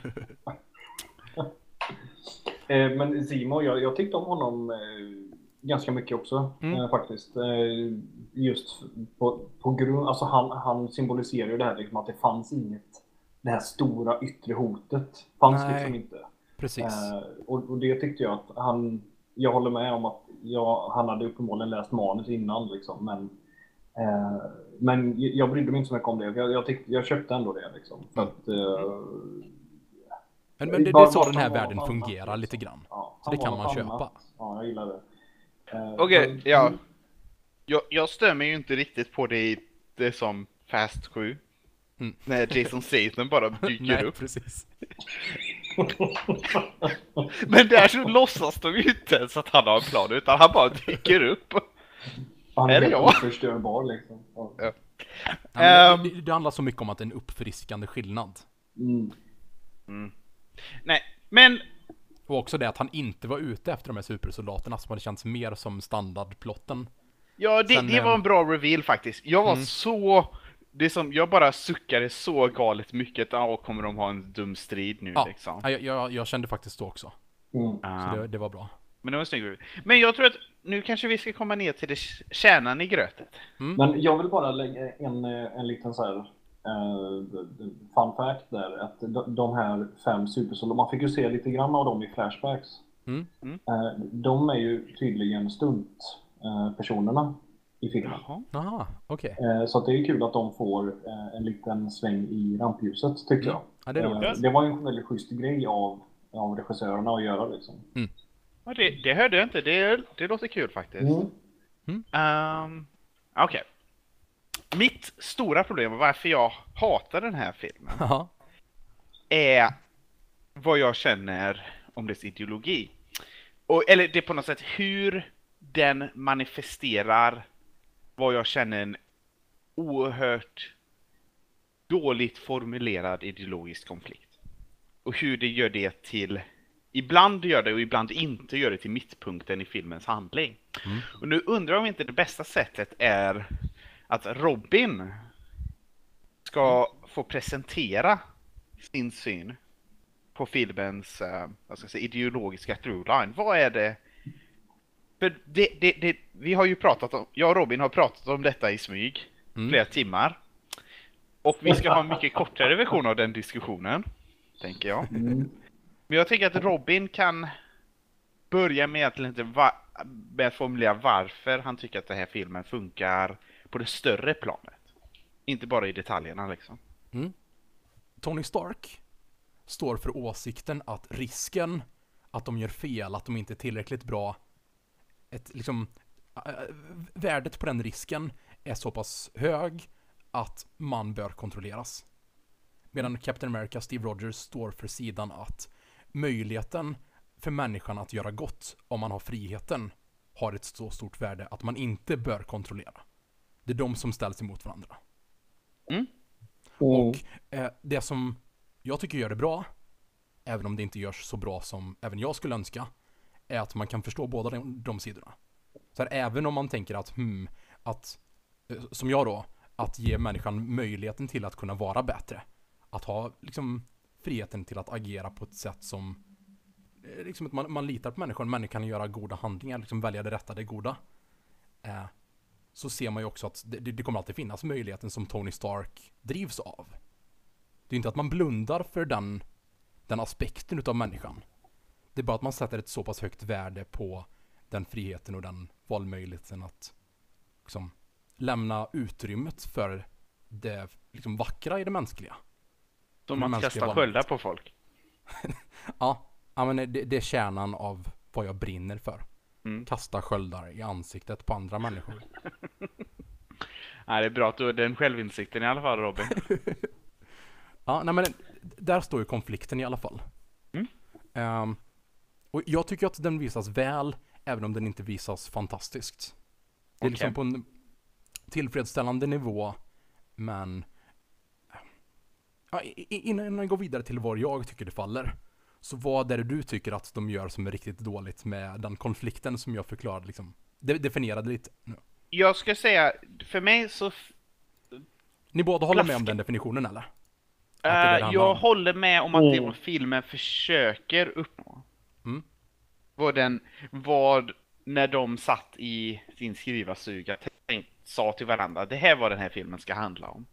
Men Zimo, jag tyckte om honom ganska mycket också faktiskt. Just på grund, alltså han symboliserar ju det här liksom, att det fanns inget, det här stora yttre hotet fanns liksom inte. Precis. Och det tyckte jag att jag håller med om att han hade uppenbarligen läst manus innan liksom, men jag brydde mig inte så mycket om det. Jag köpte ändå det liksom, för att men det är så den här världen fungerar lite grann. Ja, så det kan man köpa. Ja, jag gillar det. Okej, ja. Jag stämmer ju inte riktigt på det i det som Fast 7. När Jason Statham bara dyker upp. Precis. Men där så låtsas de ju inte ens att han har en plan, utan han bara dyker upp. Han är jag förstörbar liksom. Ja. Det handlar så mycket om att det är en uppfriskande skillnad. Nej, men... Och också det att han inte var ute efter de här supersoldaterna som hade känts mer som standardplotten Ja, det var en bra reveal faktiskt. Jag var jag bara suckade så galet mycket. Kommer de ha en dum strid nu liksom? Jag kände faktiskt så också. Så det var bra. Men det var snyggt. Men jag tror att nu kanske vi ska komma ner till det kärnan i grötet. Men jag vill bara lägga en liten så här fun fact där, att de här 5 supersoldaterna, man fick ju se lite grann av dem i flashbacks. De är ju tydligen stuntpersonerna i filmen. Jaha, okej. Så att det är kul att de får en liten sväng i rampljuset, tycker jag. Ja, det var ju en väldigt schysst grej av regissörerna att göra liksom. Ja, det hörde jag inte. Det låter kul faktiskt. Okej. Mitt stora problem och varför jag hatar den här filmen är vad jag känner om dess ideologi. Eller det är på något sätt hur den manifesterar vad jag känner en oerhört dåligt formulerad ideologisk konflikt. Och hur det gör det till... Ibland gör det och ibland inte gör det till mittpunkten i filmens handling. Och nu undrar jag om inte det bästa sättet är att Robin ska få presentera sin syn på filmens ideologiska throughline. Vad är det? För vi har ju pratat om, jag och Robin har pratat om detta i smyg flera timmar. Och vi ska ha en mycket kortare version av den diskussionen, tänker jag. Men jag tänker att Robin kan börja med att formulera varför han tycker att den här filmen funkar på det större planet. Inte bara i detaljerna liksom. Tony Stark står för åsikten att risken att de gör fel, att de inte är tillräckligt bra, värdet på den risken är så pass hög att man bör kontrolleras. Medan Captain America, Steve Rogers, står för sidan att möjligheten för människan att göra gott om man har friheten har ett så stort värde att man inte bör kontrollera. Det är de som ställs emot varandra. Och det som jag tycker gör det bra, även om det inte görs så bra som även jag skulle önska, är att man kan förstå båda de sidorna. Så här, även om man tänker att som jag då, att ge människan möjligheten till att kunna vara bättre. Att ha liksom friheten till att agera på ett sätt som liksom att man litar på människan kan göra goda handlingar, liksom välja det rätta, det goda. Så ser man ju också att det kommer alltid finnas möjligheten som Tony Stark drivs av. Det är inte att man blundar för den aspekten utav människan. Det är bara att man sätter ett så pass högt värde på den friheten och den valmöjligheten att liksom lämna utrymmet för det liksom vackra i det mänskliga. Som man kastar sköldar på folk. Ja, men det är kärnan av vad jag brinner för. Kasta sköldar i ansiktet på andra människor. Nej, det är bra att du har den självinsikten i alla fall, Robin. Ja, nej, men där står ju konflikten i alla fall. Och jag tycker att den visas väl, även om den inte visas fantastiskt. Det är liksom på en tillfredsställande nivå, men innan jag går vidare till vad jag tycker det faller, så vad är det du tycker att de gör som är riktigt dåligt med den konflikten som jag förklarade, liksom, definierade lite nu? Jag ska säga, för mig så... Ni båda håller med om den definitionen, eller? Jag håller med om att det vad filmen försöker uppnå. Vad när de satt i sin skrivarstuga sa till varandra, det här var den här filmen ska handla om.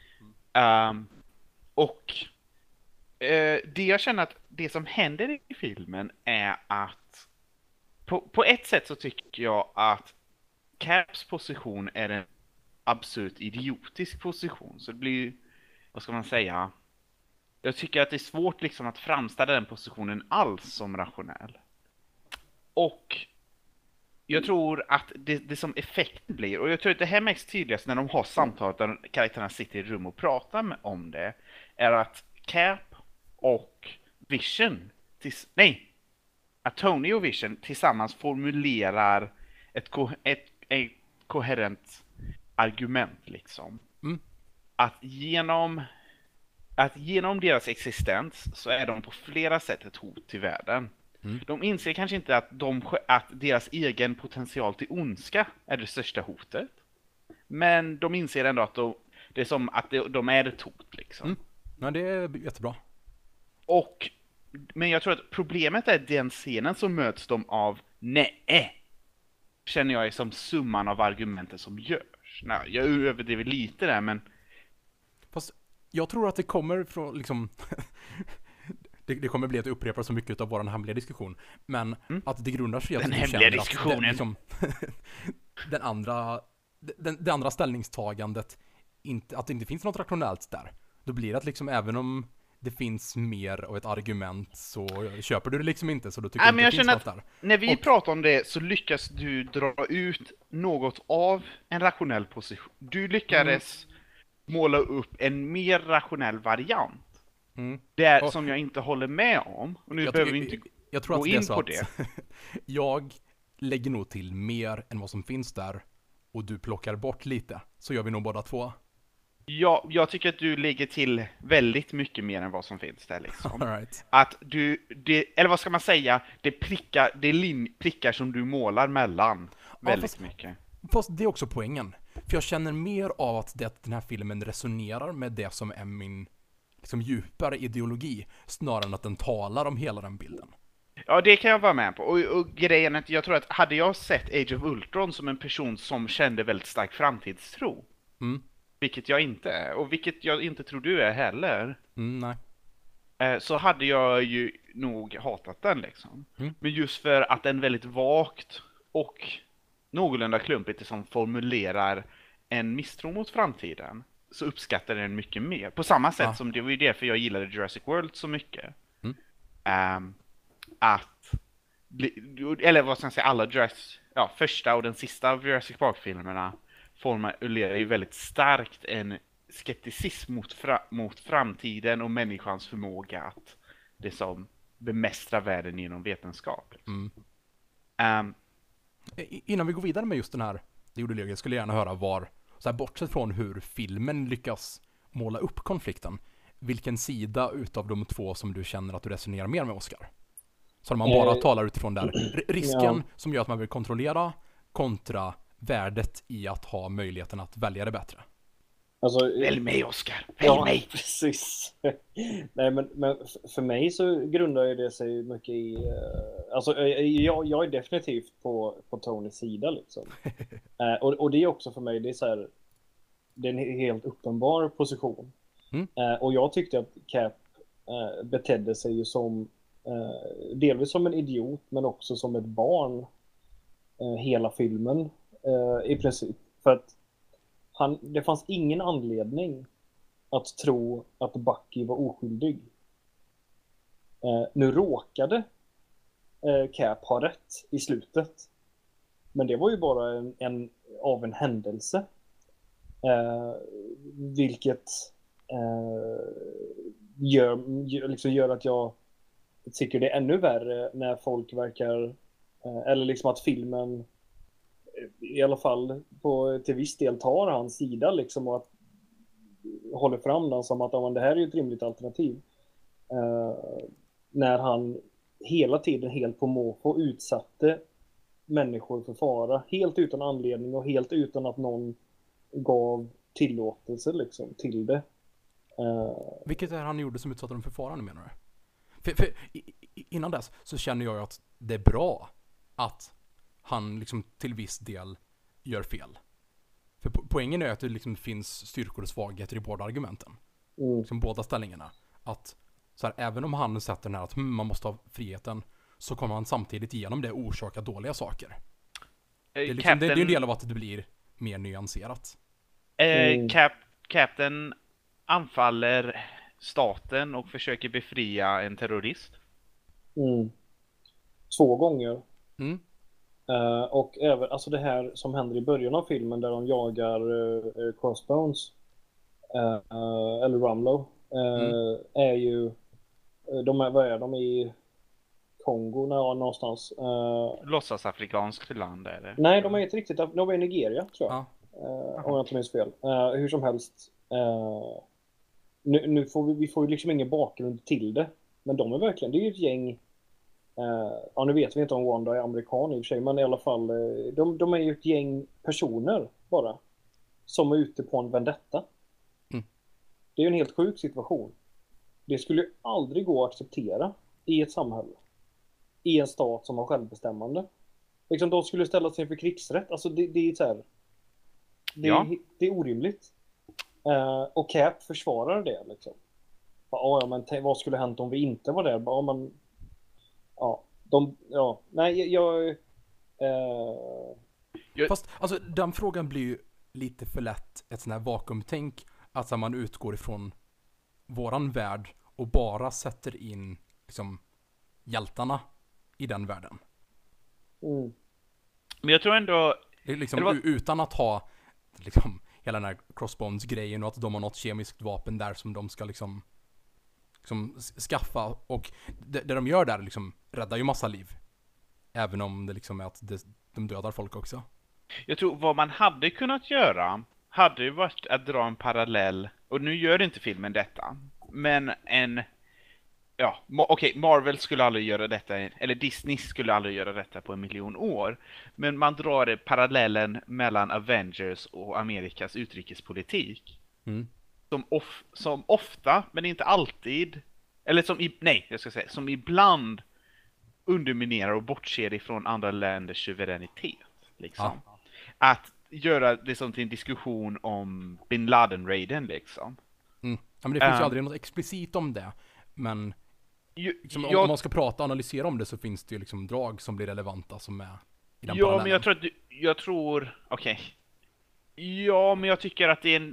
Det jag känner att det som händer i filmen är att på ett sätt så tycker jag att Caps position är en absurt idiotisk position. Så det blir, vad ska man säga, jag tycker att det är svårt liksom att framställa den positionen alls som rationell. Och jag tror att det som effekt blir, och jag tror att det här mest tydligast när de har samtal där karaktärerna sitter i rum och pratar om det, är att Cap och Vision, att Tony och Vision tillsammans formulerar ett koherent argument liksom. Att genom deras existens så är de på flera sätt ett hot till världen. De inser kanske inte att deras egen potential till ondska är det största hotet. Men de inser ändå att det är som att de är ett hot liksom. Nej, det är jättebra. Men jag tror att problemet är den scenen som möts de av nej. Känner jag är som summan av argumenten som görs. Nej, jag överdriver lite där, men... Fast jag tror att det kommer från liksom... det kommer bli att upprepa så mycket av vår hemliga diskussion. Men att det grundar sig i att den du hemliga känner diskussionen. Att det, liksom, det andra ställningstagandet, att det inte finns något rationellt där. Då blir det att liksom, även om det finns mer av ett argument så köper du det liksom inte, så då tycker men jag det finns något där. När vi pratar om det så lyckas du dra ut något av en rationell position. Du lyckades måla upp en mer rationell variant. Det är som jag inte håller med om. Och nu behöver vi inte jag tror gå att det är in så på att det. jag lägger nog till mer än vad som finns där och du plockar bort lite. Så gör vi nog båda två. Ja, jag tycker att du lägger till väldigt mycket mer än vad som finns där liksom. All right. Att eller vad ska man säga, det är prickar som du målar mellan väldigt mycket. Fast det är också poängen. För jag känner mer av att den här filmen resonerar med det som är min liksom djupare ideologi, snarare än att den talar om hela den bilden. Ja, det kan jag vara med på. Och grejen är att jag tror att hade jag sett Age of Ultron som en person som kände väldigt stark framtidstro, vilket jag inte är, och vilket jag inte tror du är heller, nej. Så hade jag ju nog hatat den liksom. Men just för att den väldigt vagt och någorlunda klumpigt som formulerar en misstro mot framtiden, så uppskattar den mycket mer. På samma sätt som det var ju därför jag gillade Jurassic World så mycket. Eller vad ska jag säga, alla första och den sista av Jurassic Park-filmerna formulerar ju väldigt starkt en skepticism mot framtiden och människans förmåga att det som bemästra världen genom vetenskap. Innan vi går vidare med just den här ideologin skulle jag gärna höra så här, bortsett från hur filmen lyckas måla upp konflikten, vilken sida utav de två som du känner att du resonerar mer med, Oscar? Så man bara talar utifrån där risken som gör att man vill kontrollera kontra värdet i att ha möjligheten att välja det bättre. Alltså, välj mig, Oscar! Välj mig! Precis. Nej, men för mig så grundar ju det sig mycket i... Alltså, jag är definitivt på Tonys sida liksom. Och det är också för mig, det är så här... Det är en helt uppenbar position. Och jag tyckte att Cap betedde sig ju som... delvis som en idiot, men också som ett barn. Hela filmen. I princip. För att det fanns ingen anledning att tro att Bucky var oskyldig. Nu råkade Cap ha rätt i slutet. Men det var ju bara av en händelse. Vilket gör att jag tycker det är ännu värre när folk verkar... eller liksom att filmen i alla fall till viss del tar hans sida liksom, och att håller fram den som att det här är ett rimligt alternativ. När han hela tiden helt på måfå utsatte människor för fara, helt utan anledning och helt utan att någon gav tillåtelse liksom, till det. Vilket är han gjorde som utsatte dem för faran, menar du? För innan dess så känner jag att det är bra att han liksom till viss del gör fel. För poängen är att det liksom finns styrkor och svagheter i båda argumenten. Liksom båda ställningarna. Att så här, även om han sätter den här att man måste ha friheten, så kommer han samtidigt igenom det orsaka dåliga saker. Det är, liksom, det är en del av att det blir mer nyanserat. Captain anfaller staten och försöker befria en terrorist. 2 gånger. Och även alltså det här som händer i början av filmen där de jagar Crossbones eller Rumlow är ju vad är de i Kongo någonstans? Låtsasafrikanskt land är det. Nej, de är inte riktigt, de är i Nigeria tror jag. Om jag inte minns fel. Hur som helst. Nu får vi får ju liksom ingen bakgrund till det. Men de är verkligen, det är ju ett gäng Ja, nu vet vi inte om Wanda är amerikan i och för sig, men i alla fall, de är ju ett gäng personer bara, som är ute på en vendetta. Mm. Det är ju en helt sjuk situation. Det skulle ju aldrig gå att acceptera i ett samhälle. I en stat som har självbestämmande. Liksom, de skulle ställa sig inför krigsrätt. Alltså det är så här. Det är orimligt. Och Cap försvarar det liksom. Ja, men vad skulle hänt om vi inte var där? Ja, men Fast alltså den frågan blir ju lite för lätt ett sån här vakuumtänk, att man utgår ifrån våran värld och bara sätter in liksom hjältarna i den världen. Mm. Men jag tror ändå... Det är liksom, utan att ha liksom hela den här Crossbones-grejen och att de har något kemiskt vapen där som de ska liksom skaffa. Och det de gör där liksom räddar ju massa liv. Även om det liksom är att de dödar folk också. Jag tror vad man hade kunnat göra hade ju varit att dra en parallell. Och nu gör inte filmen detta. Men Marvel skulle aldrig göra detta, eller Disney skulle aldrig göra detta på 1 miljon år. Men man drar parallellen mellan Avengers och Amerikas utrikespolitik. Mm. Som ofta, men inte alltid, eller som ibland underminerar och bortser ifrån andra länders suveränitet. Liksom. Ja. Att göra det som till en diskussion om Bin Laden-raiden liksom. Mm. Ja, men det finns ju aldrig något explicit om det. Men liksom, om man ska prata och analysera om det så finns det ju liksom drag som blir relevanta som är i den parallellen. Men jag tycker att det är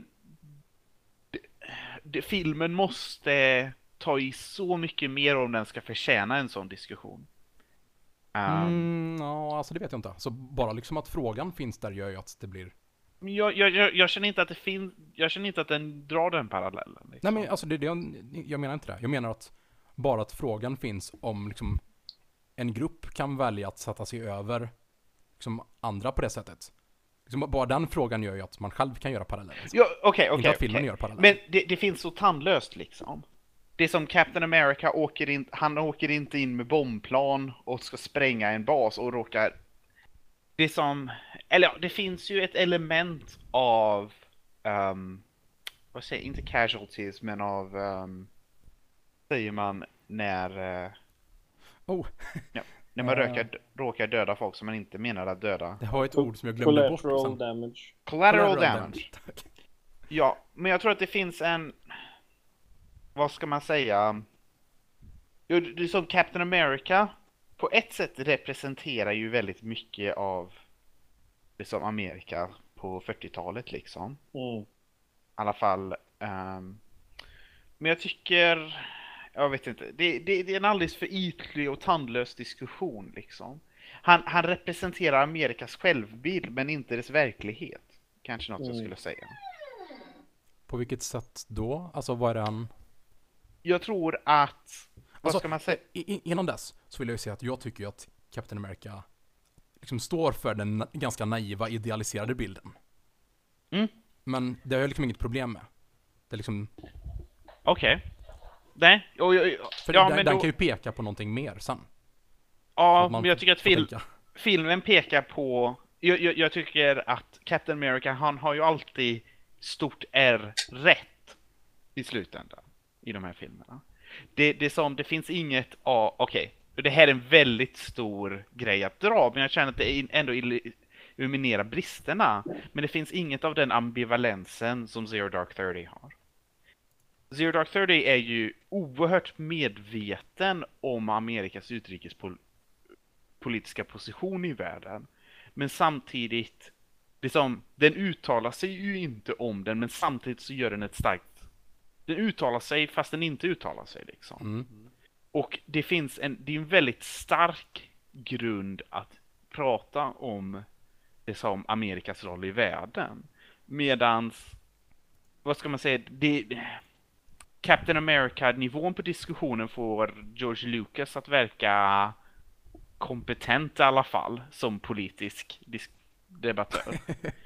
filmen måste ta i så mycket mer om den ska förtjäna en sån diskussion. Alltså det vet jag inte. Så bara liksom att frågan finns där gör ju att det blir... Jag känner inte att det finns... Jag känner inte att den drar den parallellen. Liksom. Nej, men alltså jag menar inte det. Jag menar att bara att frågan finns om liksom en grupp kan välja att sätta sig över liksom andra på det sättet. Liksom bara den frågan gör ju att man själv kan göra paralleller. Ja, okej. Inte att filmen gör paralleller. Men det finns så tandlöst liksom. Det är som Captain America han åker inte in med bombplan och ska spränga en bas och råkar... det finns ju ett element av inte casualties, men av säger man när när man råkar döda folk som man inte menar att döda. Det har ett ord som jag glömde bort. Collateral damage. Ja, men jag tror att det finns en... Vad ska man säga? Det är som Captain America på ett sätt representerar ju väldigt mycket av det som Amerika på 40-talet liksom. I alla fall. Men jag tycker... Jag vet inte. Det är en alldeles för ytlig och tandlös diskussion liksom. Han representerar Amerikas självbild men inte dess verklighet. Kanske något jag skulle säga. På vilket sätt då? Alltså vad är det han... Jag tror att... Vad ska man säga? Innan dess så vill jag ju säga att jag tycker att Captain America liksom står för den ganska naiva, idealiserade bilden. Men det har jag liksom inget problem med. Det är liksom... Okej. Nej. För den kan ju peka på någonting mer sen. Ja, men jag tycker att filmen pekar på... Jag tycker att Captain America, han har ju alltid stort R rätt i slutändan i de här filmerna. Det finns inget det här är en väldigt stor grej att dra, men jag känner att det ändå illuminerar bristerna, men det finns inget av den ambivalensen som Zero Dark 30 har. Zero Dark 30 är ju oerhört medveten om Amerikas utrikespolitiska position i världen, men samtidigt den uttalar sig ju inte om den, men samtidigt så gör den ett starkt... Den uttalar sig fast den inte uttalar sig liksom. Och det är en väldigt stark grund att prata om det som Amerikas roll i världen. Medans, vad ska man säga, Captain America-nivån på diskussionen får George Lucas att verka kompetent i alla fall som politisk debattör.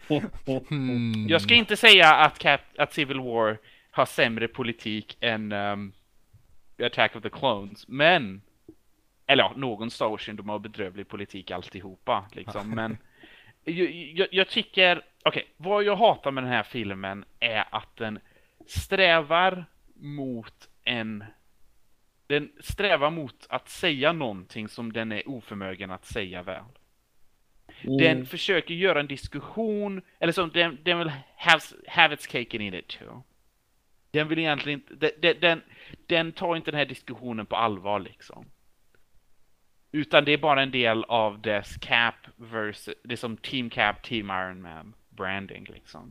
Jag ska inte säga att Civil War har sämre politik än Attack of the Clones, men eller ja, någon Star Wars-film, de har bedrövlig politik alltihopa liksom, men jag tycker, okej, vad jag hatar med den här filmen är att den strävar mot att säga någonting som den är oförmögen att säga väl. Den försöker göra en diskussion, eller som den vill have its cake and eat it too. Den vill egentligen inte, den tar inte den här diskussionen på allvar liksom. Utan det är bara en del av dess Cap versus, det är som Team Cap, Team Iron Man branding liksom.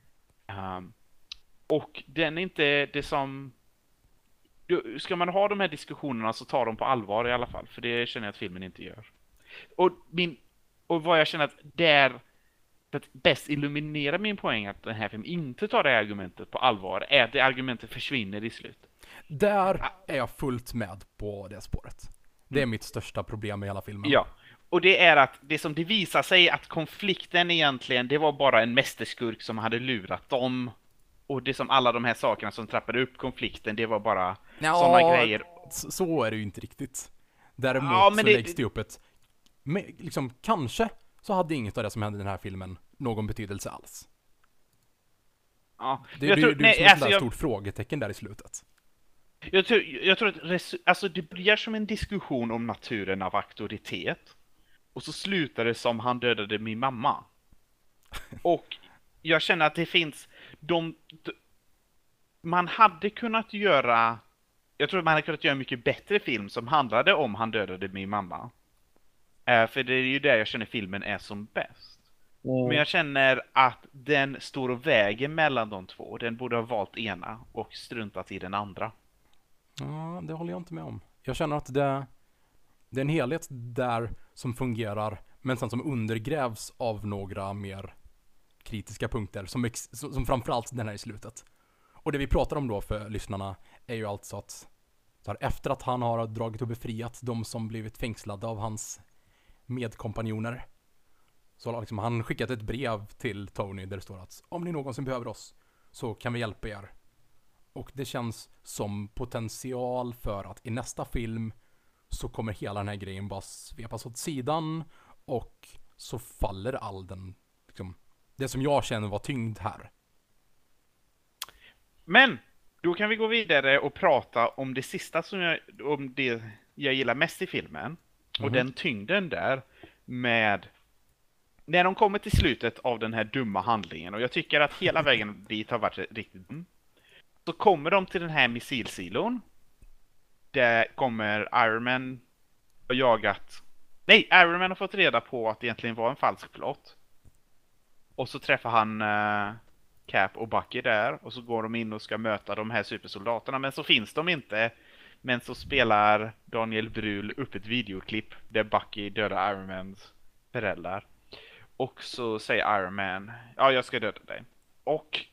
Och den är inte det som, ska man ha de här diskussionerna så tar de på allvar i alla fall, för det känner jag att filmen inte gör. Och vad jag känner att där, för att bäst illuminera min poäng att den här filmen inte tar det argumentet på allvar, är att det argumentet försvinner i slutet. Där är jag fullt med på det spåret. Det är mitt största problem med hela filmen. Ja, och det är att det visar sig att konflikten egentligen, det var bara en mästerskurk som hade lurat dem. Och det som alla de här sakerna som trappade upp konflikten, det var bara sådana grejer. Så är det ju inte riktigt. Däremot så läggs det upp ett, liksom, kanske så hade inget av det som hände i den här filmen någon betydelse alls. Ja, det är som ett stort frågetecken där i slutet. Jag tror att alltså det blir som en diskussion om naturen av auktoritet. Och så slutar det som han dödade min mamma. Och jag känner att det finns man hade kunnat göra, jag tror att man hade kunnat göra en mycket bättre film som handlade om han dödade min mamma. För det är ju där jag känner filmen är som bäst. Men jag känner att den står och väger mellan de två. Den borde ha valt ena och struntat i den andra. Ja, det håller jag inte med om. Jag känner att det är en helhet där som fungerar, men sen som undergrävs av några mer kritiska punkter, som framförallt den här i slutet. Och det vi pratar om då för lyssnarna är ju alltså att efter att han har dragit och befriat de som blivit fängslade av hans medkompanjoner, så har liksom han skickat ett brev till Tony där det står att om ni någonsin behöver oss så kan vi hjälpa er. Och det känns som potential för att i nästa film så kommer hela den här grejen bara svepas åt sidan och så faller all den, liksom, det som jag känner var tyngd här. Men då kan vi gå vidare och prata om det sista om det jag gillar mest i filmen. Och den tyngden där med när de kommer till slutet av den här dumma handlingen, och jag tycker att hela vägen dit har varit riktigt dum. Så kommer de till den här missilsilon. Där kommer Iron Man och jagat. Nej, Iron Man har fått reda på att det egentligen var en falsk plott. Och så träffar han Cap och Bucky där. Och så går de in och ska möta de här supersoldaterna. Men så finns de inte. Men så spelar Daniel Brühl upp ett videoklipp där Bucky dödar Iron Mans föräldrar. Och så säger Iron Man, ja, jag ska döda dig. Och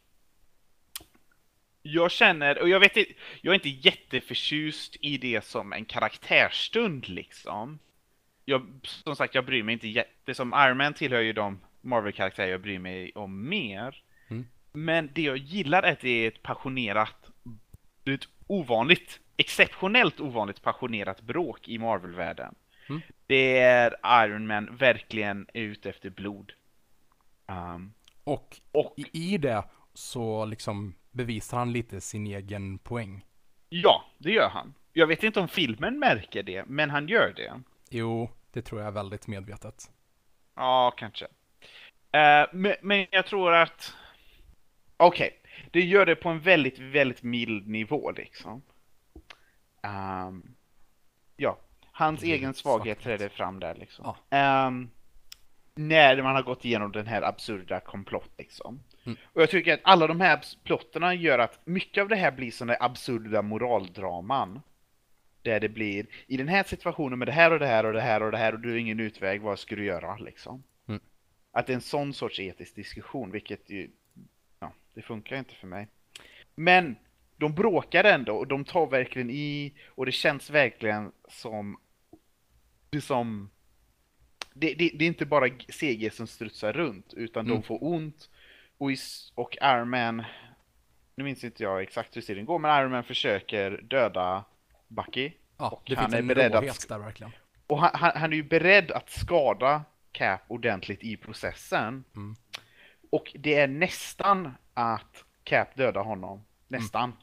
jag känner, och jag är inte jätteförtjust i det som en karaktärstund liksom. Som sagt, jag bryr mig inte det som Iron Man tillhör ju de Marvel-karaktärer jag bryr mig om mer. Men det jag gillar är att det är ett passionerat, ett exceptionellt ovanligt passionerat bråk i Marvel-världen. Det är Iron Man verkligen ute efter blod. Och i det så liksom bevisar han lite sin egen poäng. Ja, det gör han. Jag vet inte om filmen märker det, men han gör det. Jo, det tror jag är väldigt medvetet. Ja, kanske. Men jag tror att okej, det gör det på en väldigt, väldigt mild nivå liksom. Ja, hans egen svaghet träder fram där liksom. Ja. När man har gått igenom den här absurda komplott liksom. Och jag tycker att alla de här plotterna gör att mycket av det här blir sådana absurda moraldraman. Där det blir, i den här situationen med det här och det här och det här och det här och du har ingen utväg, vad ska du göra liksom? Att det är en sån sorts etisk diskussion, vilket ju, ja, det funkar inte för mig. Men de bråkar ändå och de tar verkligen i, och det känns verkligen som det är inte bara CG som strutsar runt, utan de får ont. Och Iron Man, nu minns inte jag exakt hur serien går, men Iron Man försöker döda Bucky. Ja, Och det han finns är en beredd att- råhet där verkligen. Och han är ju beredd att skada Cap ordentligt i processen. Mm. Och det är nästan att Cap dödar honom. Nästan.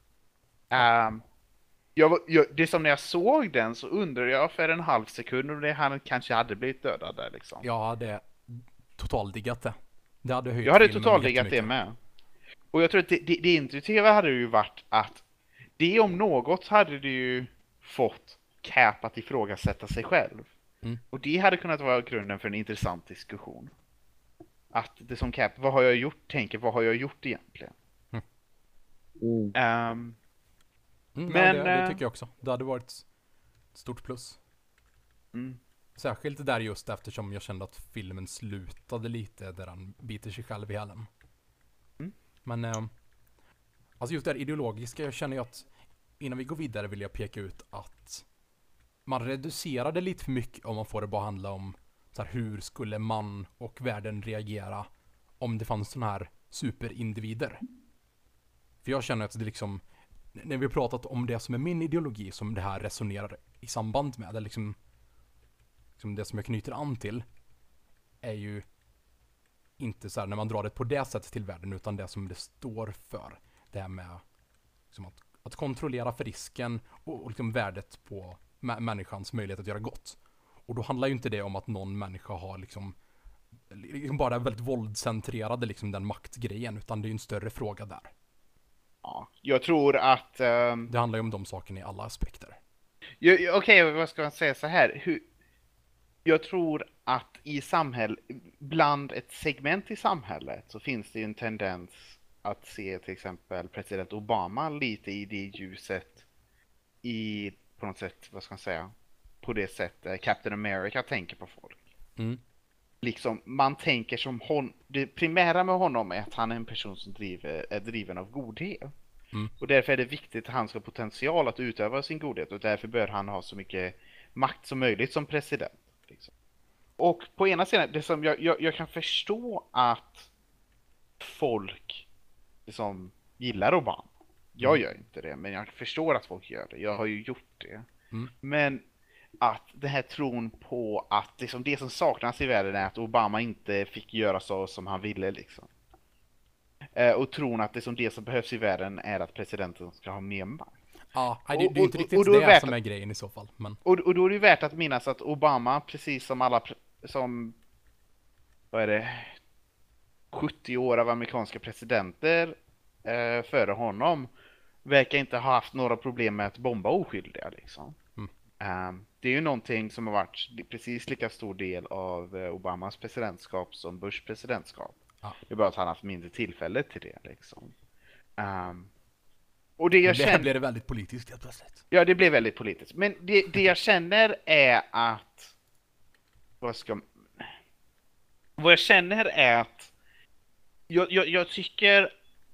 Det som när jag såg den så undrade jag för en halv sekund om han kanske hade blivit dödad där liksom. Jag hade totaldiggat det. Det hade höjt Jag hade filmen totaldiggat det jättemycket. med. Och jag tror att det intuitiva hade ju varit att det om något hade det ju fått Cap att ifrågasätta sig själv. Mm. Och det hade kunnat vara grunden för en intressant diskussion. Att det som Cap, vad har jag gjort? Tänker, vad har jag gjort egentligen? Mm. Men det tycker jag också. Det hade varit ett stort plus. Mm. Särskilt där just eftersom jag kände att filmen slutade lite där han biter sig själv i hälen. Mm. Men alltså just det här ideologiska, jag känner ju att innan vi går vidare vill jag peka ut att man reducerar det lite för mycket om man får det bara handla om så här, hur skulle man och världen reagera om det fanns såna här superindivider. För jag känner att det liksom, när vi har pratat om det som är min ideologi som det här resonerar i samband med, det liksom det som jag knyter an till är ju inte så här när man drar det på det sättet till världen, utan det som det står för. Det här med liksom att kontrollera för risken och liksom värdet på människans möjlighet att göra gott. Och då handlar ju inte det om att någon människa har liksom bara väldigt våldcentrerade liksom den maktgrejen, utan det är ju en större fråga där. Ja, jag tror att... Det handlar ju om de sakerna i alla aspekter. Okej, vad ska man säga så här? Jag tror att i bland ett segment i samhället så finns det ju en tendens att se till exempel president Obama lite i det ljuset på något sätt, vad ska man säga, på det sätt Captain America tänker på folk. Mm. Liksom, man tänker som det primära med honom är att han är en person som är driven av godhet. Mm. Och därför är det viktigt att han ska ha potential att utöva sin godhet, och därför bör han ha så mycket makt som möjligt som president. Liksom. Och på ena sidan, det som jag kan förstå att folk liksom gillar Obama. Jag gör inte det, men jag förstår att folk gör det. Jag har ju gjort det. Mm. Men att den här tron på att liksom det som saknas i världen är att Obama inte fick göra så som han ville liksom. Och tron att det som behövs i världen är att presidenten ska ha mer makt. Ja, det är inte riktigt och då är det värt som är grejen i så fall. Men... Och då är det värt att minnas att Obama, precis som alla vad är det, 70 år av amerikanska presidenter före honom, verkar inte ha haft några problem med att bomba oskyldiga liksom. Det är ju någonting som har varit precis lika stor del av Obamas presidentskap som Bushs presidentskap. Ja. Det är bara att han har haft mindre tillfälle till det liksom. Och det blev det väldigt politiskt helt plötsligt. Ja, det blev väldigt politiskt. Men det jag känner är att vad jag känner är att jag tycker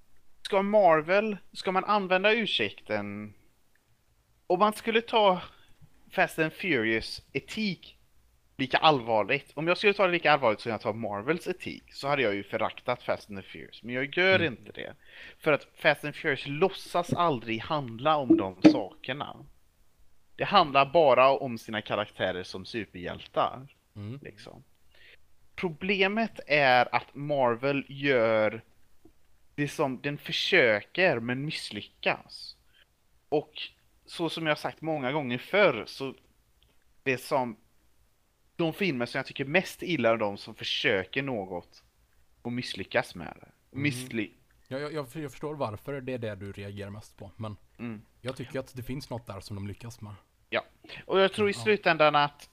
ska man använda ursäkten, om man skulle ta Fast and Furious etik lika allvarligt, om jag skulle ta det lika allvarligt som jag tar Marvels etik, så hade jag ju föraktat Fast and Furious, men jag gör inte det. För att Fast and Furious låtsas aldrig handla om de sakerna. Det handlar bara om sina karaktärer som superhjältar. Liksom. Problemet är att Marvel gör det som den försöker men misslyckas. Och så som jag sagt många gånger förr, så det som de filmer som jag tycker mest illa är de som försöker något och misslyckas med det. Jag förstår varför det är det du reagerar mest på, men jag tycker att det finns något där som de lyckas med. Ja, och jag tror i slutändan att,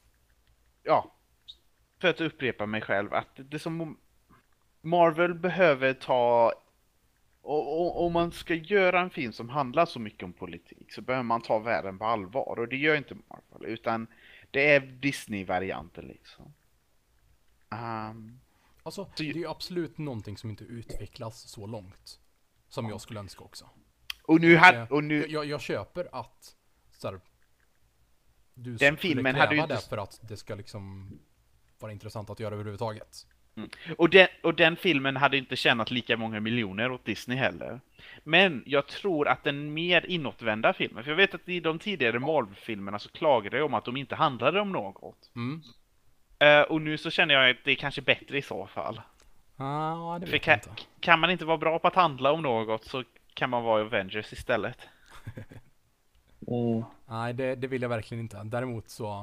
för att upprepa mig själv, att det som Marvel behöver ta, och om man ska göra en film som handlar så mycket om politik, så behöver man ta världen på allvar, och det gör inte Marvel, utan det är Disney-varianten liksom. Alltså, det är ju absolut någonting som inte utvecklas så långt som jag skulle önska också. Jag köper att så här, du den skulle filmen kräva hade ju det för att det ska liksom vara intressant att göra överhuvudtaget. Och den filmen hade inte tjänat lika många miljoner åt Disney heller. Men jag tror att den mer inåtvända filmen, för jag vet att i de tidigare Marvel-filmerna så klagade jag om att de inte handlade om något. Mm. Och nu så känner jag att det är kanske bättre i så fall. Ja, det För vet jag inte. kan man inte vara bra på att handla om något så kan man vara Avengers istället. Nej, det vill jag verkligen inte. Däremot så...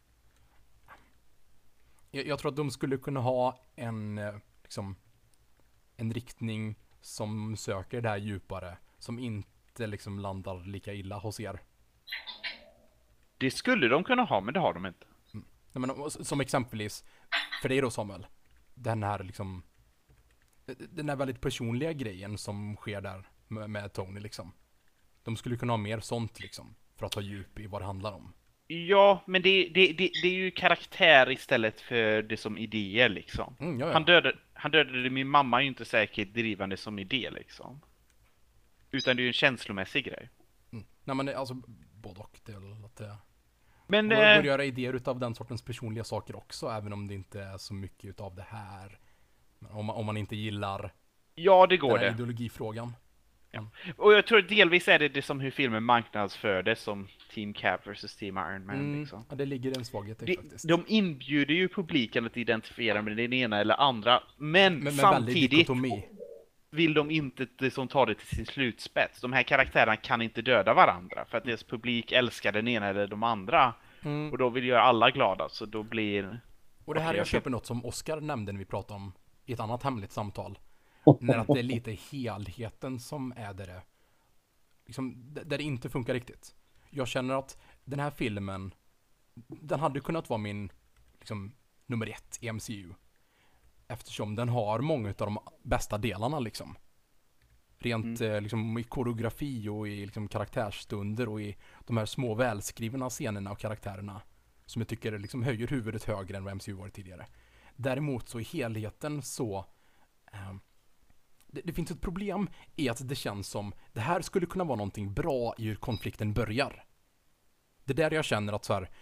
Jag tror att de skulle kunna ha liksom, en riktning som söker det här djupare. Som inte liksom landar lika illa hos er. Det skulle de kunna ha, men det har de inte. Nej, men, som exempelvis, för dig då Samuel. Den här liksom... Den här väldigt personliga grejen som sker där med Tony liksom. De skulle kunna ha mer sånt liksom. För att ta djup i vad det handlar om. Ja, men det är ju karaktär istället för det som idéer liksom. Ja. Han dödade min mamma är ju inte säkert drivande som idé liksom. Utan det är ju en känslomässig grej. Nej men alltså, både och. Det är väl att det... Men går att göra idéer utav den sortens personliga saker också. Även om det inte är så mycket utav det här. Om man inte gillar ja, det går den här det. ideologifrågan. Ja. Och jag tror delvis är det som hur filmen marknadsfördes som Team Cap versus Team Iron Man liksom. Ja, det ligger en svaghet i faktiskt. De inbjuder ju publiken att identifiera med den ena eller andra, men samtidigt vill de inte som tar det till sin slutspets. De här karaktärerna kan inte döda varandra för att deras publik älskar den ena eller de andra. Och då vill göra alla glada, så då blir... Och det här jag köper något som Oscar nämnde när vi pratade om i ett annat hemligt samtal. När att det är lite helheten som är det liksom, där det inte funkar riktigt. Jag känner att den här filmen, den hade kunnat vara min liksom, nummer 1 i MCU. Eftersom den har många av de bästa delarna liksom. Rent liksom, i koreografi och i liksom, karaktärsstunder och i de här små välskrivna scenerna och karaktärerna. Som jag tycker liksom, höjer huvudet högre än vad MCU var tidigare. Däremot så i helheten så... Det finns ett problem i att det känns som det här skulle kunna vara någonting bra i hur konflikten börjar. Det är där jag känner att så här,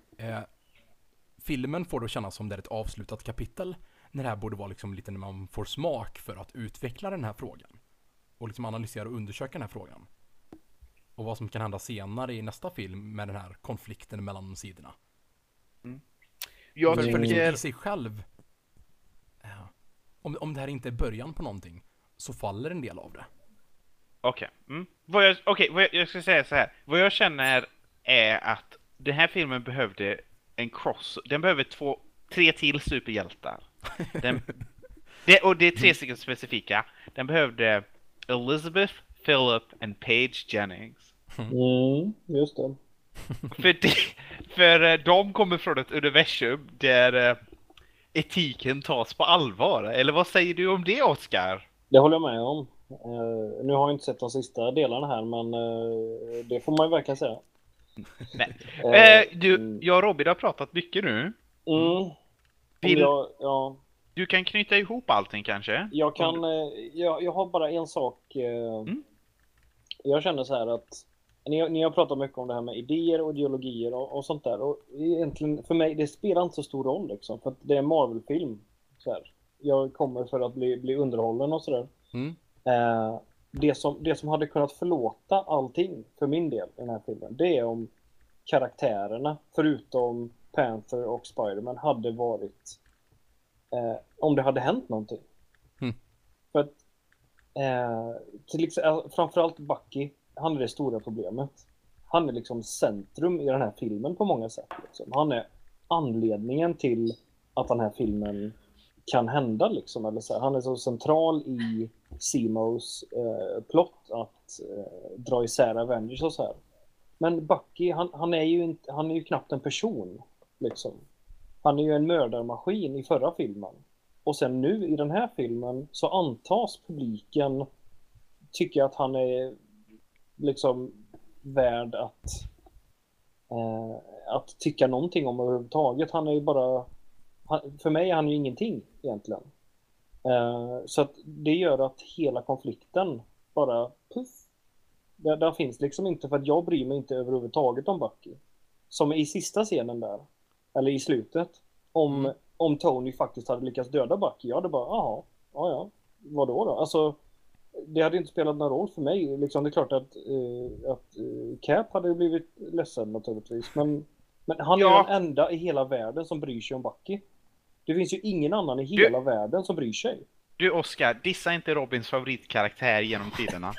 filmen får då kännas som det är ett avslutat kapitel, när det här borde vara liksom lite när man får smak för att utveckla den här frågan och liksom analysera och undersöka den här frågan. Och vad som kan hända senare i nästa film med den här konflikten mellan sidorna. Jag tycker i sig själv, om det här inte är början på någonting, så faller en del av det. Okej. Jag ska säga så här. Vad jag känner är att den här filmen behövde den behöver 3 till superhjältar. Och det är 3 stycken specifika. Den behövde Elizabeth, Philip and Paige Jennings. Just det. För de kommer från ett universum där etiken tas på allvar. Eller vad säger du om det, Oscar? Det håller jag med om. Nu har jag inte sett de sista delarna här, men det får man ju verkligen säga. Jag och Robin har pratat mycket nu. Du kan knyta ihop allting kanske? Jag har bara en sak. Jag känner så här att ni har pratat mycket om det här med idéer och ideologier och sånt där. Och egentligen för mig, det spelar inte så stor roll liksom. För att det är en Marvel-film. Så här. Jag kommer för att bli underhållen och sådär. Det som hade kunnat förlåta allting för min del i den här filmen, det är om karaktärerna, förutom Panther och Spider-Man, hade varit om det hade hänt någonting. För att till exempel, framförallt Bucky, han är det stora problemet. Han är liksom centrum i den här filmen på många sätt. Liksom. Han är anledningen till att den här filmen kan hända liksom. Eller så här. Han är så central i Zemos plott att dra isär Avengers och så här. Men Bucky, han är ju knappt en person liksom. Han är ju en mördarmaskin i förra filmen. Och sen nu i den här filmen så antas publiken tycka att han är liksom värd att tycka någonting om överhuvudtaget. Han är ju bara... För mig är han ju ingenting egentligen. Så att det gör att hela konflikten bara puff. Där finns liksom inte, för att jag bryr mig inte överhuvudtaget om Bucky. Som i sista scenen där, eller i slutet, om om Tony faktiskt hade lyckats döda Bucky. Jag hade bara, jaha, ja, vadå då? Alltså, det hade inte spelat någon roll för mig. Liksom, det är klart att Cap hade blivit ledsen naturligtvis. Men han är den enda i hela världen som bryr sig om Bucky. Det finns ju ingen annan i hela världen som bryr sig. Du Oscar, dissa inte Robins favoritkaraktär genom tiderna.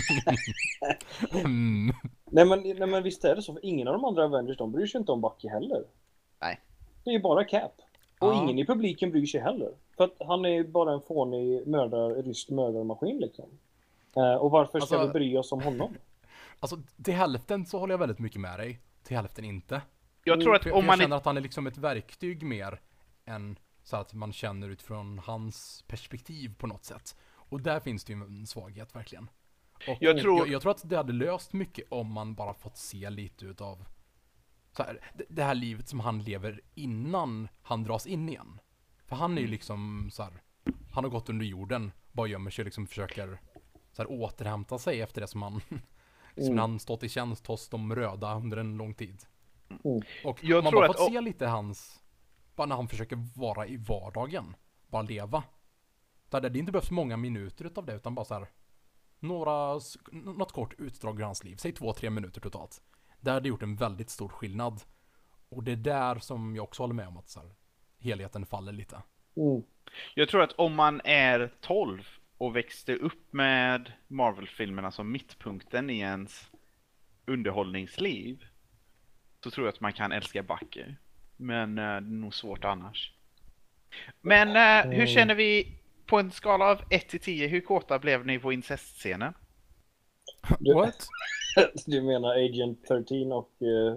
Nej men visst är det så. För ingen av de andra Avengers, de bryr sig inte om Bucky heller. Nej. Det är bara Cap. Och ingen i publiken bryr sig heller. För att han är bara en fånig rysk mördarmaskin liksom. Och varför ska vi bry oss om honom? Alltså till hälften så håller jag väldigt mycket med dig. Till hälften inte. Jag tror att om man känner att han är liksom ett verktyg mer än så att man känner utifrån hans perspektiv på något sätt. Och där finns det ju en svaghet verkligen. Och jag tror att det hade löst mycket om man bara fått se lite utav så här, det här livet som han lever innan han dras in igen. För han är ju liksom så här, han har gått under jorden, bara gömmer sig och liksom försöker så här, återhämta sig efter det som han som han stått i tjänst hos de röda under en lång tid. Och jag man tror bara att fått se lite hans, bara när han försöker vara i vardagen, bara leva. Där det inte behövs många minuter utav det, utan bara så här något kort utdrag ur hans liv, säg 2-3 minuter totalt. Det hade gjort en väldigt stor skillnad. Och det är där som jag också håller med om att så här, helheten faller lite. Jag tror att om man är 12 och växte upp med Marvel-filmerna som mittpunkten i ens underhållningsliv, så tror jag att man kan älska Bucky. Men det är nog svårt annars. Men hur känner vi på en skala av 1-10, hur kåta blev ni på incestscenen? What? Du menar Agent 13 och...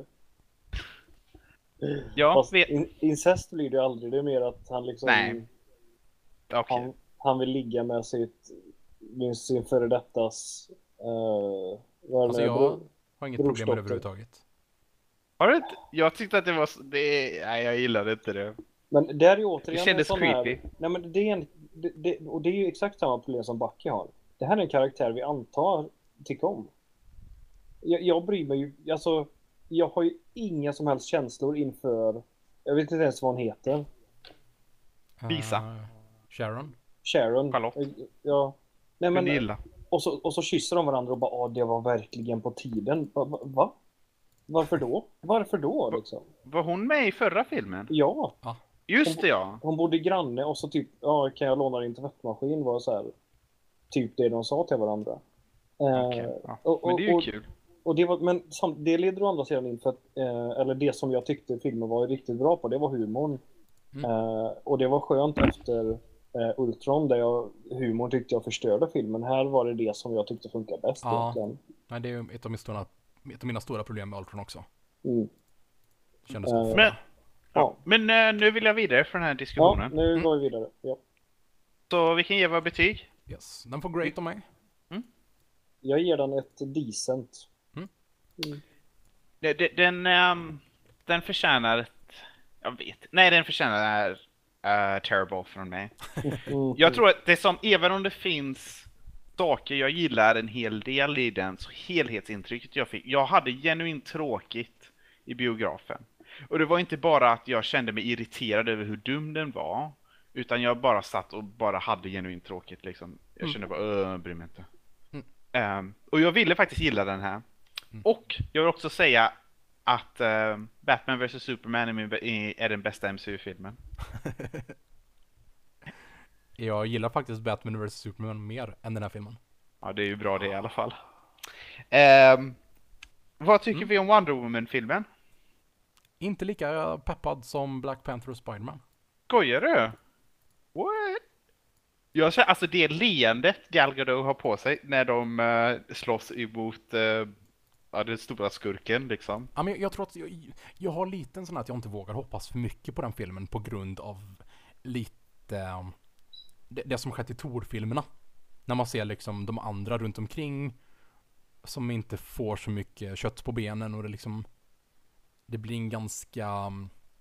Ja, incest blir det aldrig. Det är mer att han liksom... Nej. Okay. Han vill ligga med sin före dettas... alltså jag har inget problem med det överhuvudtaget. Har du inte? Jag tyckte att det var... Nej, jag gillade inte det. Men det är ju återigen... Det kändes creepy. Nej, men och det är ju exakt samma problem som Bucky har. Det här är en karaktär vi antar tycker om. Jag bryr mig ju... Alltså, jag har ju inga som helst känslor inför... Jag vet inte ens vad hon heter. Lisa. Sharon. Charlotte. Ja. Nej, men, Gunilla. Och så kysser de varandra och bara, det var verkligen på tiden. Va? Varför då liksom? Var hon med i förra filmen? Ja. Just det, ja. Hon bodde granne och så typ, kan jag låna din tvättmaskin, var så här typ det de sa till varandra. Okay. Ja. Men det är ju kul. Och det var, men det leder å andra sidan in för att, eller det som jag tyckte filmen var riktigt bra på, det var humorn. Och det var skönt efter Ultron, där humorn tyckte jag förstörde filmen. Här var det som jag tyckte funkar bäst. Ja. Nej, det är ju ett av mina stora problem med Ultron också. Kändes men nu vill jag vidare för den här diskussionen. Ja, nu går vi vidare. Ja. Så vi kan ge våra betyg. Yes, den får great av mig. Jag ger den ett decent. Den förtjänar den förtjänar terrible från mig. Jag tror att det som, även om det finns saker jag gillar en hel del i den, så helhetsintrycket jag hade genuint tråkigt i biografen. Och det var inte bara att jag kände mig irriterad över hur dum den var, utan jag bara satt och bara hade genuint tråkigt liksom. Jag kände bara, bryr mig inte. Och jag ville faktiskt gilla den här. Och jag vill också säga att Batman vs Superman är den bästa MCU-filmen. Jag gillar faktiskt Batman vs Superman mer än den här filmen. Ja, det är ju bra det i alla fall. Vad tycker vi om Wonder Woman-filmen? Inte lika peppad som Black Panther och Spider-Man. Skojar du? What? Jag säger, alltså det leendet Gal Gadot har på sig när de slåss emot den stora skurken liksom. Ja, men jag tror att jag har lite en sån att jag inte vågar hoppas för mycket på den filmen på grund av lite det som skett i Thor-filmerna. När man ser liksom de andra runt omkring som inte får så mycket kött på benen, och det blir en ganska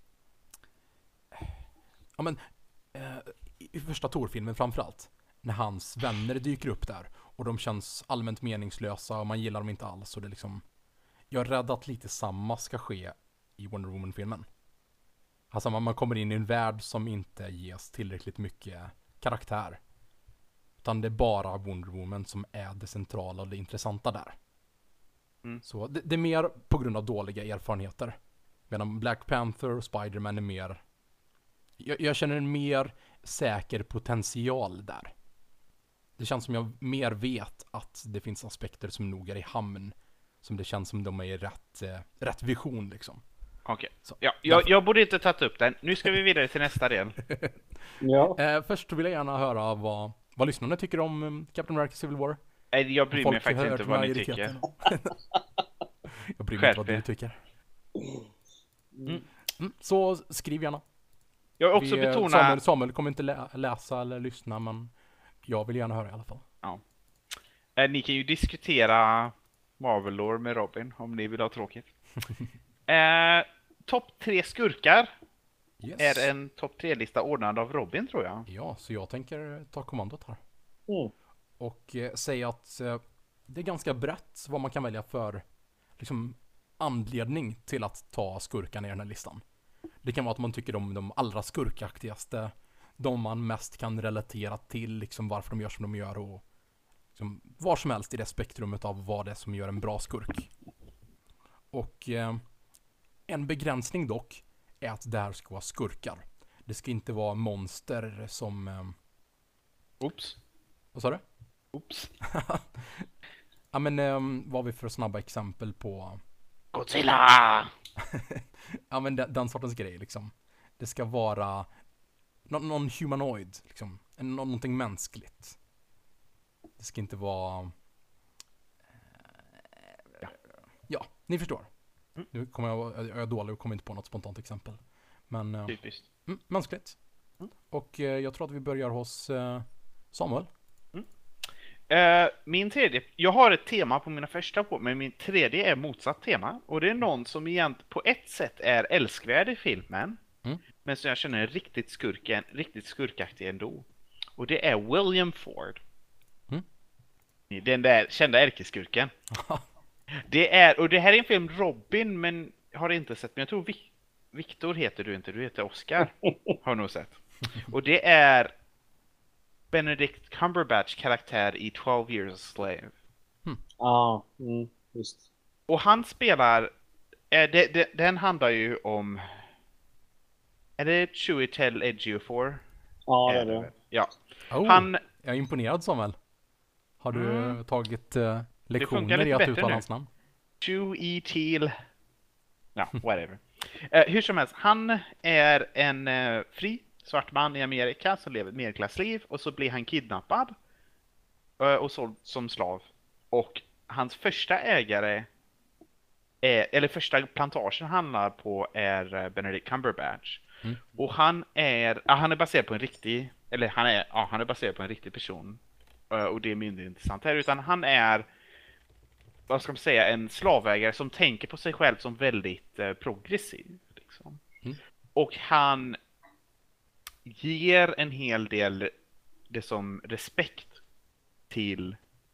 i första Thor-filmen framförallt, när hans vänner dyker upp där och de känns allmänt meningslösa och man gillar dem inte alls, och det jag är rädd att lite samma ska ske i Wonder Woman-filmen. Alltså man kommer in i en värld som inte ges tillräckligt mycket karaktär. Utan det är bara Wonder Woman som är det centrala och det intressanta där. Så det är mer på grund av dåliga erfarenheter. Medan Black Panther och Spider-Man är mer... Jag känner en mer säker potential där. Det känns som jag mer vet att det finns aspekter som nog är i hamn. Som det känns som de är i rätt vision liksom. Okej. Så, Ja, jag borde inte tagit upp den. Nu ska vi vidare till nästa del. Ja. Först vill jag gärna höra vad lyssnarna tycker om Captain America Civil War. Jag bryr mig Folk faktiskt hört inte vad ni majoriteten. tycker. Jag bryr mig inte vad du tycker. Så skriv gärna. Jag vill också betona... Samuel kommer inte läsa eller lyssna, men jag vill gärna höra i alla fall. Ja. Ni kan ju diskutera Marvel-lore med Robin om ni vill ha tråkigt. Topp 3 skurkar är en topp 3-lista ordnad av Robin, tror jag. Ja, så jag tänker ta kommandot här. Mm. Och säga att det är ganska brett vad man kan välja för liksom, anledning till att ta skurkarna i den här listan. Det kan vara att man tycker om de allra skurkaktigaste, de man mest kan relatera till, liksom varför de gör som de gör och liksom, var som helst i det spektrumet av vad det är som gör en bra skurk. Och en begränsning dock är att det här ska vara skurkar. Det ska inte vara monster som... Oops. Vad sa du? Oops. Ja men vad har vi för snabba exempel på... Godzilla! Ja men den sortens grej liksom. Det ska vara någon humanoid liksom. Någonting mänskligt. Det ska inte vara... Ja, ni förstår. Nu kommer jag är dålig och kommer inte på något spontant exempel. Men Typiskt. mänskligt. Och jag tror att vi börjar hos Samuel. Min tredje, jag har ett tema på mina första på, men min tredje är motsatt tema. Och det är någon som egentligen på ett sätt är älskvärd i filmen, men som jag känner är riktigt skurkaktig ändå. Och det är William Ford. Den där kända ärkeskurken. Det här är en film Robin, men jag har inte sett, men jag tror Victor heter du inte, du heter Oscar. Har nog sett. Och det är Benedict Cumberbatch karaktär i 12 Years a Slave. Just. Och han spelar... den handlar ju om... Är det Chiwetel Ejiofor? Ja, det är det. Ja. Jag är imponerad, Samuel. Har du tagit lektioner i att uttala hans namn? Chiwetel... Ja, whatever. Hur som helst, han är en fri svart man i Amerika som lever ett medelklassliv, och så blir han kidnappad och såld som slav. Och hans första ägare eller första plantagen han handlar på är Benedict Cumberbatch. Och han är baserad på en riktig, eller han är baserad på en riktig person. Och det är mindre intressant här, utan han är, vad ska man säga, en slavägare som tänker på sig själv som väldigt progressiv liksom. Och han ger en hel del det som respekt till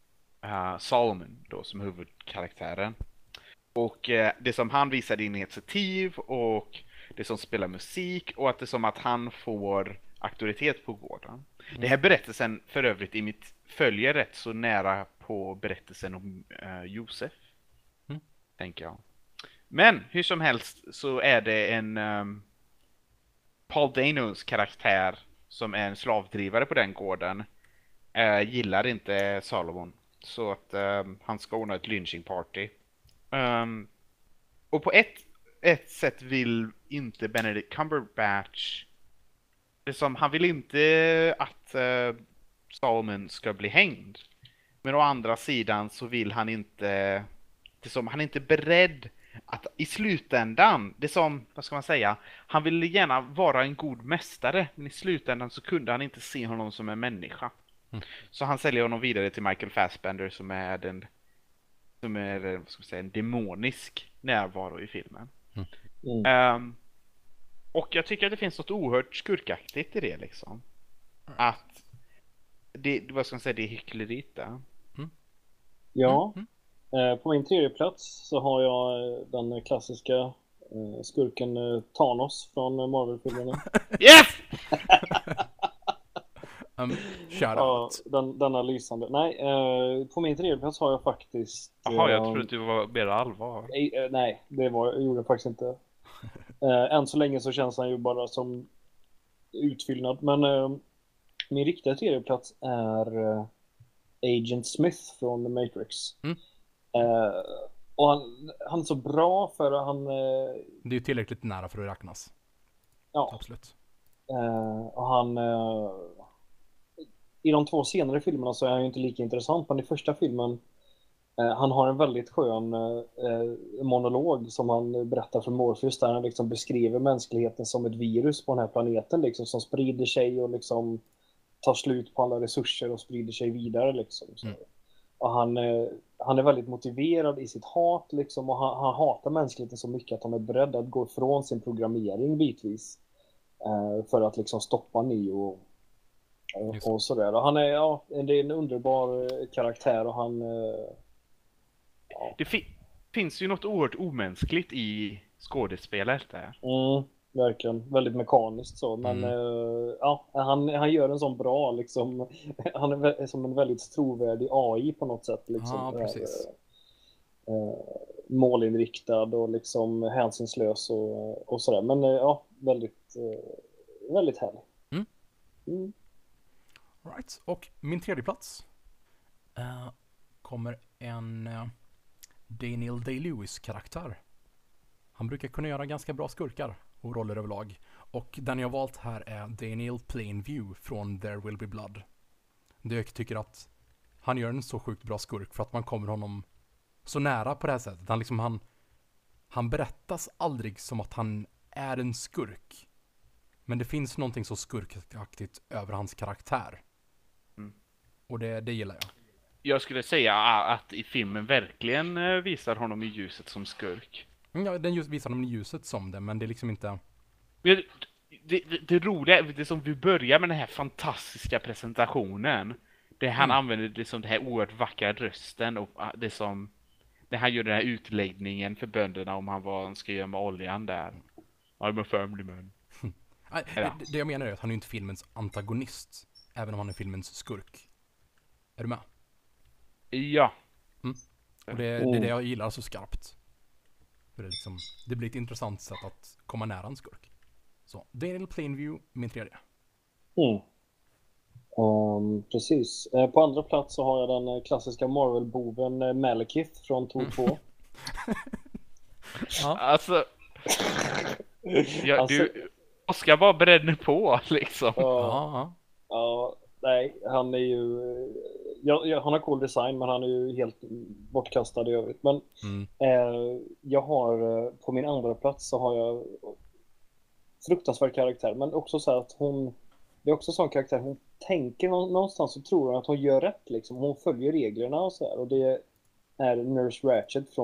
Solomon då, som huvudkaraktären. Och det som han visar initiativ och det som spelar musik, och att det är som att han får auktoritet på gården. Det här berättelsen för övrigt i mitt följer rätt så nära på berättelsen om Josef. Tänker jag. Men hur som helst så är det en Paul Danos karaktär som är en slavdrivare på den gården gillar inte Solomon, så att han ska ordna ett lynching party. Och på ett sätt vill inte Benedict Cumberbatch, han vill inte att Solomon ska bli hängd. Men å andra sidan så vill han inte, han är inte beredd att i slutändan, vad ska man säga, han ville gärna vara en god mästare, men i slutändan så kunde han inte se honom som en människa. Så han säljer honom vidare till Michael Fassbender som är vad ska man säga, en demonisk närvaro i filmen. Och jag tycker att det finns något oerhört skurkaktigt i det liksom. Att det, vad ska man säga, det är hyckleriet där. Ja. På min tredje plats så har jag den klassiska Skurken Thanos från Marvel-filmerna. Yes! Shout Ja, out. denna lysande. Nej, på min tredje plats har jag faktiskt... Jaha, jag trodde att du var mer allvar. Nej, gjorde jag faktiskt inte. Än så länge så känns han ju bara som utfyllnad. Men min riktiga tredje plats är Agent Smith från The Matrix. Mm. Och han är så bra för att han... Det är ju tillräckligt nära för att räknas. ja, Absolut. och han... I de 2 senare filmerna så är han ju inte lika intressant, men i första filmen han har en väldigt skön monolog som han berättar för Morpheus där han liksom beskriver mänskligheten som ett virus på den här planeten liksom, som sprider sig och liksom tar slut på alla resurser och sprider sig vidare liksom. Och han är väldigt motiverad i sitt hat liksom, och han hatar mänskligheten så mycket att han är beredd att gå ifrån sin programmering bitvis för att liksom stoppa Neo och sådär. Och han är, det är en underbar karaktär och han... Det finns ju något oerhört omänskligt i skådespelet där. Verkligen. Väldigt mekaniskt så. Men han gör en sån bra liksom... Han är som en väldigt trovärdig AI på något sätt. Liksom, Ja, precis. Målinriktad och liksom hänsynslös och sådär. Men väldigt, väldigt härlig. Right. Och min tredje plats kommer en Daniel Day-Lewis karaktär. Han brukar kunna göra ganska bra skurkar och roller överlag. Och den jag valt här är Daniel Plainview från There Will Be Blood. Jag tycker att han gör en så sjukt bra skurk för att man kommer honom så nära på det här sättet. Han berättas aldrig som att han är en skurk. Men det finns någonting så skurkaktigt över hans karaktär. Och det gillar jag. Jag skulle säga att i filmen verkligen visar honom i ljuset som skurk. Ja, den visar honom i ljuset som det, men det är liksom inte... Det roliga, det som vi börjar med den här fantastiska presentationen. Det han använder liksom det här oerhört vackra rösten och det som... Det han gör den här utläggningen för bönderna om vad han ska göra med oljan där. I'm a family man. Det jag menar är att han är inte filmens antagonist, även om han är filmens skurk. Är du med? Ja. Och det är det jag gillar så skarpt. För det blir ett intressant sätt att komma nära en skurk. Så, Daniel Plainview, min tredje. Precis. På andra plats så har jag den klassiska Marvel-boven Malekith från Thor 2. Alltså... Du... Oskar bara bränner på liksom. Nej, han är ju... han har cool design, men han är ju helt bortkastad i övrigt. Men jag har... På min andra plats så har jag fruktansvärd karaktär. Men också så här att hon... Det är också en sån karaktär, hon tänker någonstans och tror att hon gör rätt liksom. Hon följer reglerna och så här. Och det är Nurse Ratched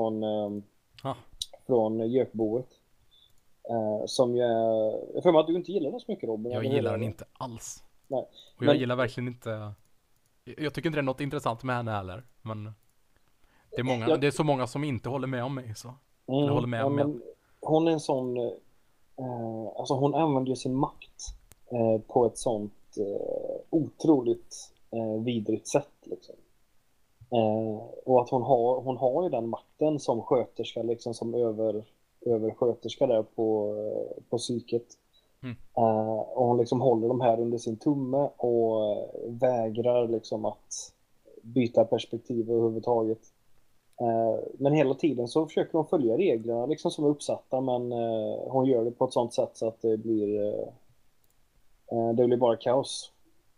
från Gökboet. Som jag för mig att du inte gillar den så mycket, Robin. Jag gillar den inte alls. Nej. Och jag gillar verkligen inte... Jag tycker inte det är något intressant med henne heller. Men det är så många som inte håller med om mig. Så. Eller håller med om mig. Hon är en sån... alltså hon använder sin makt på ett sånt otroligt vidrigt sätt. Liksom. Och att hon har ju den makten som sköterska, liksom, som översköterska där på psyket. Och hon liksom håller de här under sin tumme och vägrar liksom att byta perspektiv överhuvudtaget. Men hela tiden så försöker hon följa reglerna liksom som är uppsatta, men hon gör det på ett sånt sätt så att det blir bara kaos.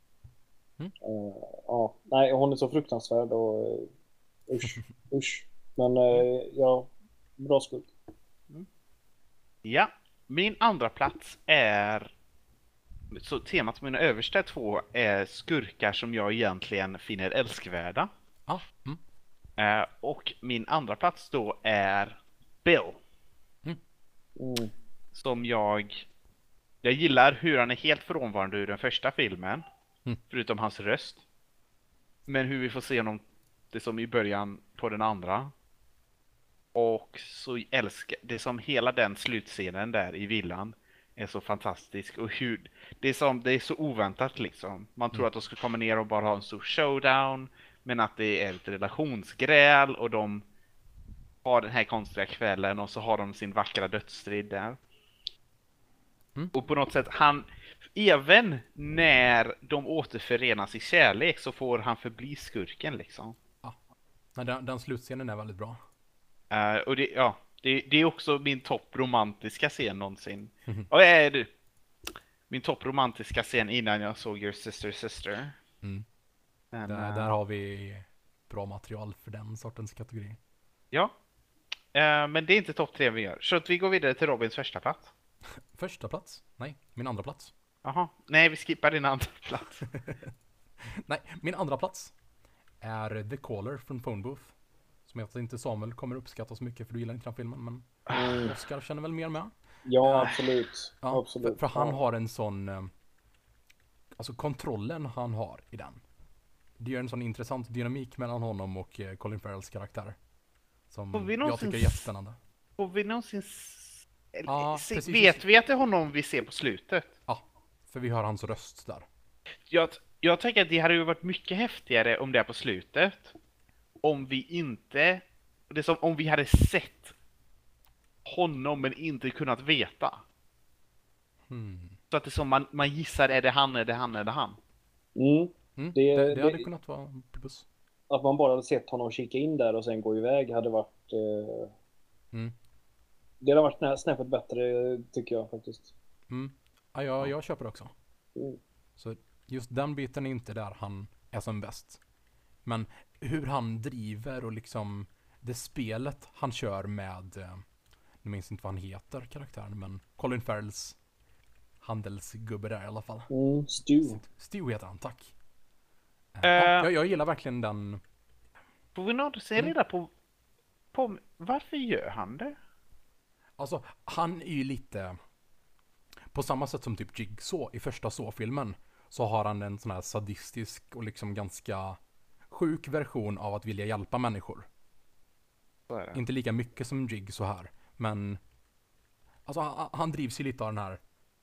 Nej, hon är så fruktansvärd och usch. Men bra skurk. Ja, min andra plats är... Så temat på mina översta 2 är skurkar som jag egentligen finner älskvärda. Och min andra plats då är Bill. Som jag gillar hur han är helt frånvarande ur den första filmen. Förutom hans röst. Men hur vi får se honom det som i början på den andra. Och så älskar det som hela den slutscenen där i villan är så fantastisk. Och hur det är så oväntat liksom. Man tror att de ska komma ner och bara ha en stor showdown. Men att det är ett relationsgräl och de har den här konstiga kvällen och så har de sin vackra dödsstrid där. Och på något sätt även när de återförenas i kärlek så får han förbli skurken liksom. Nej, den slutscenen är väldigt bra. Och det är också min topp romantiska scen någonsin. Och är det min topp romantiska scen innan jag såg Your Sister. Men, där har vi bra material för den sortens kategori. Ja. Men det är inte topp 3 vi gör. Så att vi går vidare till Robins första plats. Första plats? Nej, min andra plats. Jaha. Nej, vi skippar din andra plats. Nej, min andra plats är The Caller från Phone Booth. Som jag vet inte Samuel kommer uppskatta så mycket för du gillar inte den filmen, men Oscar känner väl mer med. Ja, absolut. Ja, absolut. För han har en sån, alltså kontrollen han har i den. Det gör en sån intressant dynamik mellan honom och Colin Farrells karaktär. Som jag tycker är jättespännande. Och vi någonsin precis. vet vi att det är honom vi ser på slutet? Ja, för vi hör hans röst där. Jag tänker att det hade ju varit mycket häftigare om det är på slutet. Om vi inte... Det är som om vi hade sett honom men inte kunnat veta. Så att det är som man gissar, är det han? Det hade kunnat vara plus. Att man bara hade sett honom kika in där och sen gå iväg hade varit... Det hade varit snäppet bättre, tycker jag faktiskt. Ja, jag köper också. Så just den biten är inte där han är som bäst. Men hur han driver och liksom det spelet han kör med, jag minns inte vad han heter karaktären, men Colin Farrells handelsgubbe där i alla fall. Stu heter han, tack. Jag gillar verkligen den. Får vi nog se reda på varför gör han det? Alltså, han är ju lite på samma sätt som typ Jigsaw i första Saw-filmen, så har han en sån här sadistisk och liksom ganska sjuk version av att vilja hjälpa människor. Inte lika mycket som Jigsaw här, men alltså han drivs ju lite av den här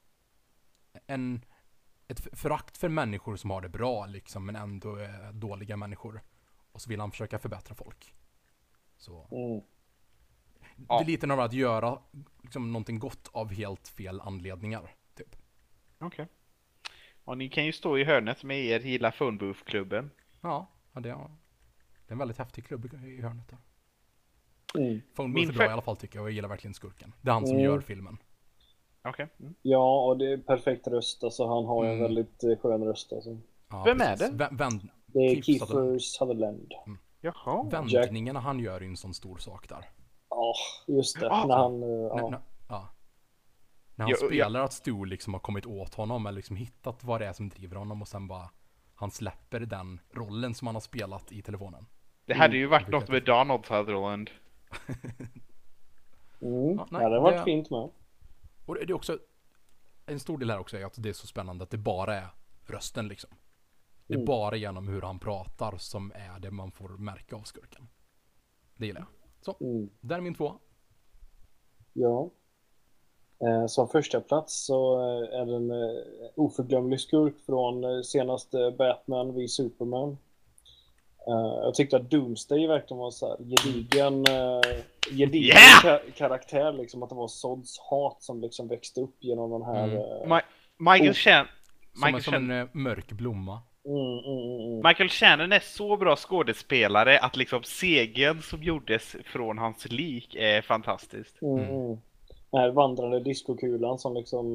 ett förakt för människor som har det bra liksom, men ändå är dåliga människor. Och så vill han försöka förbättra folk. Så det är lite av att göra liksom någonting gott av helt fel anledningar typ. Okej. Och ni kan ju stå i hörnet med er gilla Phone Booth-klubben. Ja, det är en väldigt häftig klubb i hörnet där. Phone Booth är bra i alla fall, tycker jag, och jag gillar verkligen skurken. Det är han som gör filmen. Okej. Ja, och det är perfekt röst. Alltså, han har en väldigt skön röst. Alltså. Ja, vem precis. är det? Det är Kiefer Sutherland. Jaha. Vändningarna han gör är en sån stor sak där. Ja, just det. När han... När han spelar att Stu liksom har kommit åt honom eller liksom hittat vad det är som driver honom och sen bara han släpper den rollen som han har spelat i telefonen. Det hade ju varit något med Donald Sutherland. Det hade varit fint med. Och det är också en stor del här också är att det är så spännande att det bara är rösten liksom. Det är bara genom hur han pratar som är det man får märka av skurken. Det gillar jag. Så, där är min 2. Ja. Som första plats så är det en oförglömlig skurk från senaste Batman v Superman. Jag tyckte att Doomsday verkligen var så här gedigen karaktär liksom, att det var Sods hat som liksom växte upp genom den här Michael Shannon som en mörk blomma. Michael Shannon är så bra skådespelare att liksom segern som gjordes från hans lik är fantastiskt. Den här vandrande diskokulan som liksom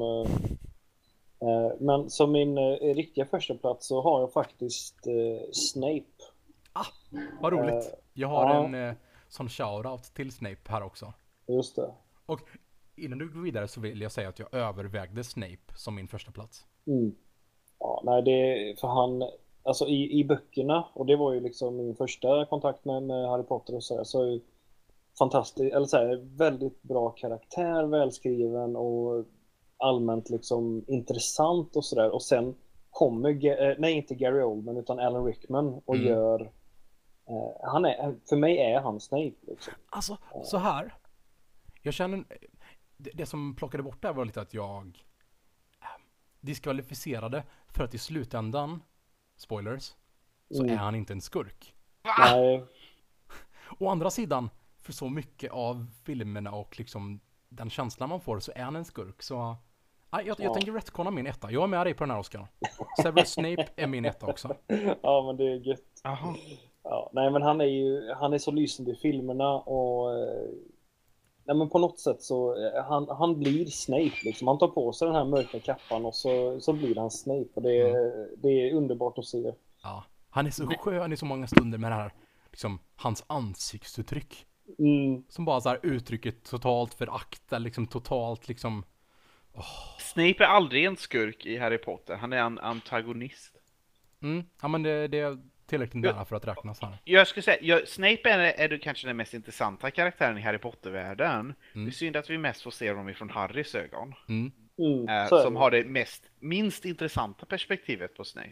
men som min riktiga första plats så har jag faktiskt Snape. Vad roligt. Jag har en sån shoutout till Snape här också. Just det. Och innan du går vidare så vill jag säga att jag övervägde Snape som min första plats. Ja, nej, det för han alltså i böckerna, och det var ju liksom min första kontakt med Harry Potter och så fantastiskt, eller så här, väldigt bra karaktär, välskriven och allmänt liksom intressant och sådär. Och sen kommer inte Gary Oldman utan Alan Rickman och gör För mig är han Snape liksom. Alltså, så här. Jag känner... Det som plockade bort där var lite att jag diskvalificerade för att i slutändan, spoilers, så är han inte en skurk. Nej, Å andra sidan, för så mycket av filmerna och liksom den känslan man får så är han en skurk. Så jag tänker retconna min etta. Jag är med dig på den här, Oscar. Severus Snape är min etta också. ja men det är gött. Jaha. Ja, nej men han är så lysande i filmerna och nej men på något sätt så han blir Snape liksom. Han tar på sig den här mörka kappan och så blir han Snape och det är underbart att se. Ja, han är så skön i så många stunder med det här, liksom, hans ansiktsuttryck. Som bara så här uttrycker totalt förakt, liksom totalt liksom... Snape är aldrig en skurk i Harry Potter. Han är en antagonist. Ja, men det är tillräckligt nära för att räknas här. Jag skulle säga, Snape är kanske den mest intressanta karaktären i Harry Potter-världen. Det är synd att vi mest får se dem ifrån Harrys ögon. Som har det minst intressanta perspektivet på Snape.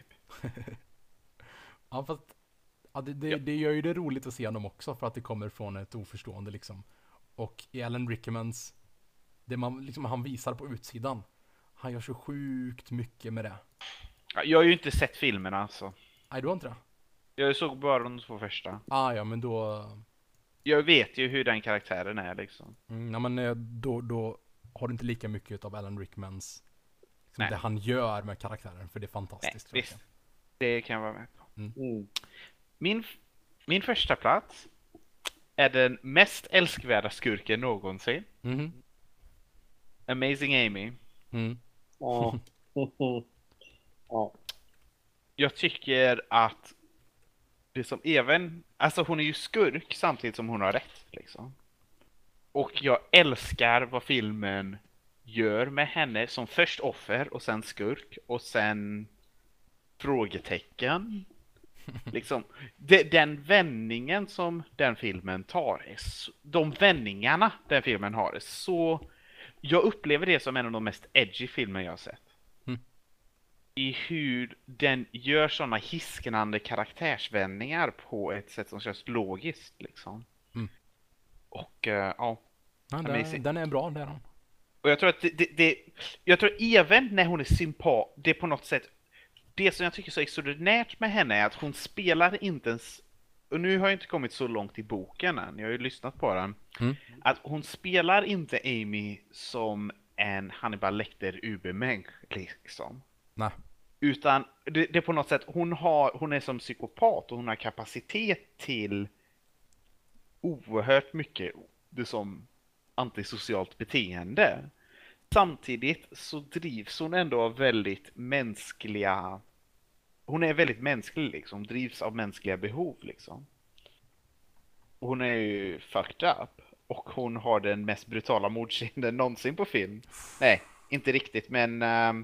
Ja, fast det gör ju det roligt att se dem också för att det kommer från ett oförstående liksom. Och i Alan Rickmans, det man liksom han visar på utsidan, han gör så sjukt mycket med det. Jag har ju inte sett filmerna alltså. Nej, du har inte det? Jag såg bara de 2 första. Ja, men då... Jag vet ju hur den karaktären är liksom. Ja, men då har du inte lika mycket av Alan Rickmans liksom det han gör med karaktären, för det är fantastiskt. Nej, visst. Det kan jag vara med på. Min första plats är den mest älskvärda skurken någonsin. Amazing Amy. Ja. Ja. Jag tycker att det som alltså hon är ju skurk samtidigt som hon har rätt liksom. Och jag älskar vad filmen gör med henne som först offer och sen skurk och sen frågetecken. Liksom, den vändningen som den filmen tar de vändningarna den filmen har är så... Jag upplever det som en av de mest edgy filmer jag har sett. I hur den gör sådana hisknande karaktärsvändningar på ett sätt som känns logiskt liksom. Och ja, den är bra där. och jag tror att jag tror även när hon är det på något sätt, det som jag tycker är så extraordinärt med henne är att hon spelar inte ens, och nu har jag inte kommit så långt i boken än, jag har ju lyssnat på den, att hon spelar inte Amy som en Hannibal Lecter Ubermensch liksom. Nej. Utan det är på något sätt, hon är som psykopat och hon har kapacitet till oerhört mycket det som antisocialt beteende. Samtidigt så drivs hon ändå av väldigt mänskliga... Hon är väldigt mänsklig liksom, drivs av mänskliga behov liksom. Hon är ju fucked up. Och hon har den mest brutala mordscenen någonsin på film. Nej, inte riktigt, men...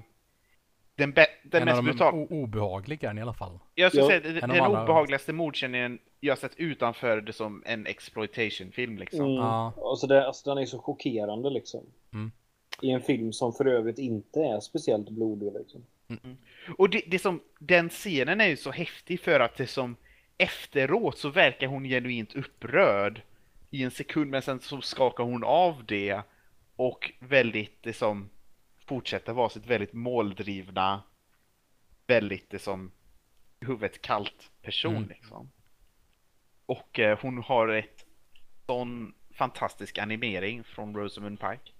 den mest brutala... obehaglig är den i alla fall. Jag skulle säga den obehagligaste mordscenen jag sett utanför det som en exploitation-film liksom. Alltså den är så chockerande liksom. I en film som för övrigt inte är speciellt blodig liksom. Och den scenen är ju så häftig för att det som efteråt så verkar hon genuint upprörd i en sekund, men sen så skakar hon av det och väldigt det som fortsätter vara sitt väldigt måldrivna, väldigt det som huvudet kallt person liksom. Och hon har ett sån fantastisk animering från Rosamund Pike.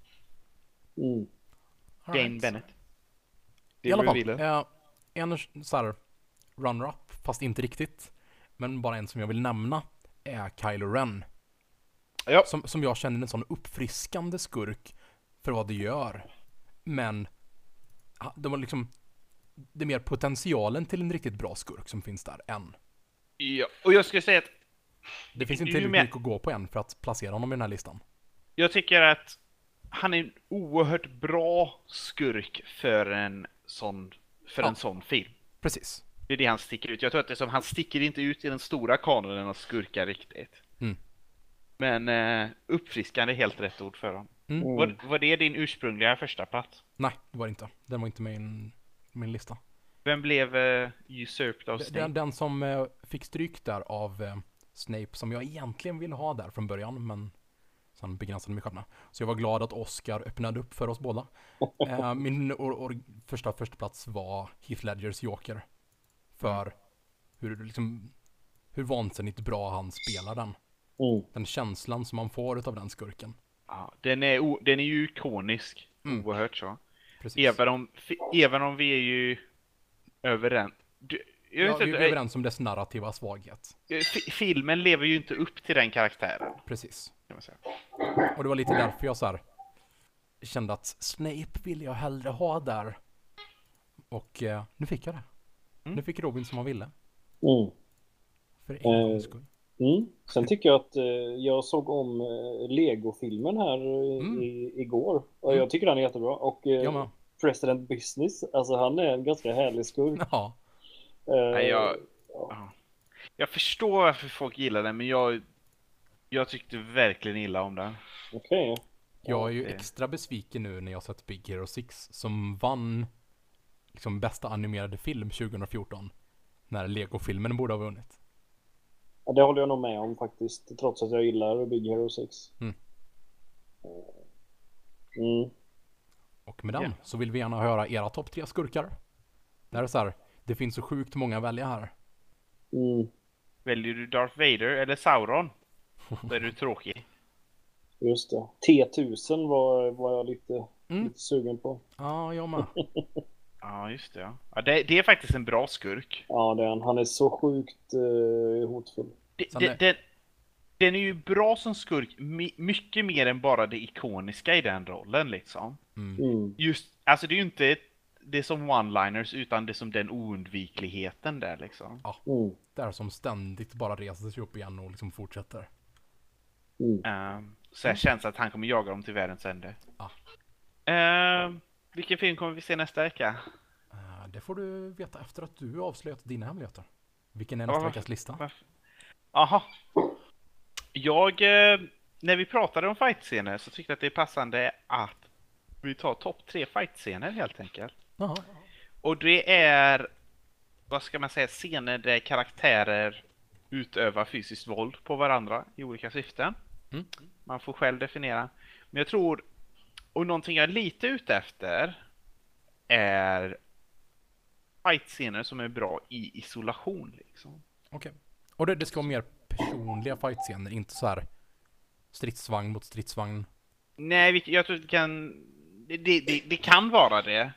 Jane Bennett. I alla fall, en så här runner-up, fast inte riktigt. Men bara en som jag vill nämna är Kylo Ren. Ja. Som jag känner en sån uppfriskande skurk för vad det gör. Men de har liksom, det är mer potentialen till en riktigt bra skurk som finns där än. Ja, och jag skulle säga att det finns inte tillräckligt mycket att gå på än för att placera honom i den här listan. Jag tycker att han är en oerhört bra skurk för en sån film. Precis. Det är det han sticker ut. Jag tror att det är som, han sticker inte ut i den stora kanonen av skurkar riktigt. Men uppfriskande är helt rätt ord för honom. Var det din ursprungliga första plats? Nej, det var det inte. Den var inte med i min lista. Vem blev usurped av Snape? Den som fick stryk där av Snape som jag egentligen ville ha där från början, men sen begränsade mig själv. Så jag var glad att Oscar öppnade upp för oss båda. Min första plats var Heath Ledgers Joker. För hur vansinnigt bra han spelar den. Den känslan som man får utav den skurken. Ja, den är ju ikonisk. Oerhört så. Precis. Även om vi är ju överens. Vi är överens om dess narrativa svaghet. Filmen lever ju inte upp till den karaktären. Precis. Kan man säga. Och det var lite därför jag så här kände att Snape vill jag hellre ha där. Och nu fick jag det. Nu fick Robin som han ville. För en gångs skull. Sen tycker jag att jag såg om Lego-filmen här igår. Och jag tycker den är jättebra. Och President Business, alltså han är en ganska härlig skurk. Ja. Jag förstår varför folk gillar den, men jag tyckte verkligen illa om den. Okej. Jag är ju extra besviken nu när jag sett Big Hero 6 som vann liksom bästa animerade film 2014. När Lego-filmen borde ha vunnit. Ja, det håller jag nog med om faktiskt, trots att jag gillar Big Hero 6. Och med den så vill vi gärna höra era topp 3 skurkar. Det är så här, det finns så sjukt många att välja här. Väljer du Darth Vader eller Sauron? Då är du tråkig. Just det. T1000 var jag lite sugen på. Ja, jag med. Ja, just det. Ja, det är faktiskt en bra skurk. Ja, det är han. Han är så sjukt hotfull. Den är ju bra som skurk, mycket mer än bara det ikoniska i den rollen liksom. Just, alltså det är ju inte det som one-liners utan det som den oundvikligheten där liksom. Ja, det är som ständigt bara reser sig upp igen och liksom fortsätter. Så jag känns att han kommer jaga dem till världens ände. Vilken film kommer vi se nästa vecka? Det får du veta efter att du avslöjat dina hemligheter. Vilken är nästa veckas lista? Aha. När vi pratade om fight-scener så tyckte jag att det är passande att vi tar topp 3 fight-scener helt enkelt. Aha. Och det är, vad ska man säga, scener där karaktärer utövar fysiskt våld på varandra i olika syften. Man får själv definiera. Men jag tror, och någonting jag är lite ute efter är fight-scener som är bra i isolation liksom. Okej. Och det ska vara mer personliga fight-scener, inte så här stridsvagn mot stridsvagn. Nej, jag tror det kan vara det.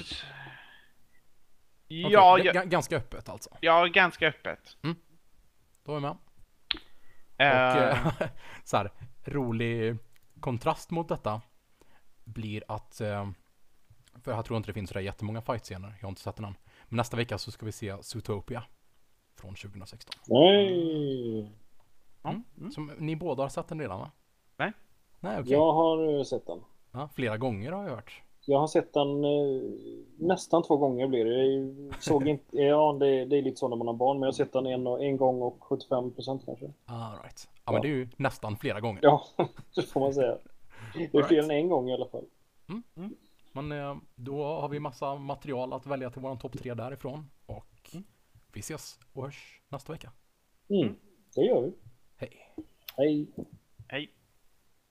Ganska öppet alltså. Ja, ganska öppet. Då är jag med. Och så här, rolig kontrast mot detta blir att för jag tror inte det finns så där jättemånga fight-scener. Jag har inte sett den än. Men nästa vecka så ska vi se Zootopia från 2016. Nej. Som ni båda har sett den redan, va? Nej. Nej, okej. Jag har sett den. Ja, flera gånger har jag hört. Jag har sett den nästan 2 gånger blir det. Såg inte, ja, det är lite så när man har barn, men jag har sett den en gång och 75% kanske. Right. Ja, men det är ju nästan flera gånger. Ja, så får man säga. Det är fler än en gång i alla fall. Men då har vi massa material att välja till våran topp 3 därifrån. Och vi ses och hörs nästa vecka. Det gör vi. Hej. Hej.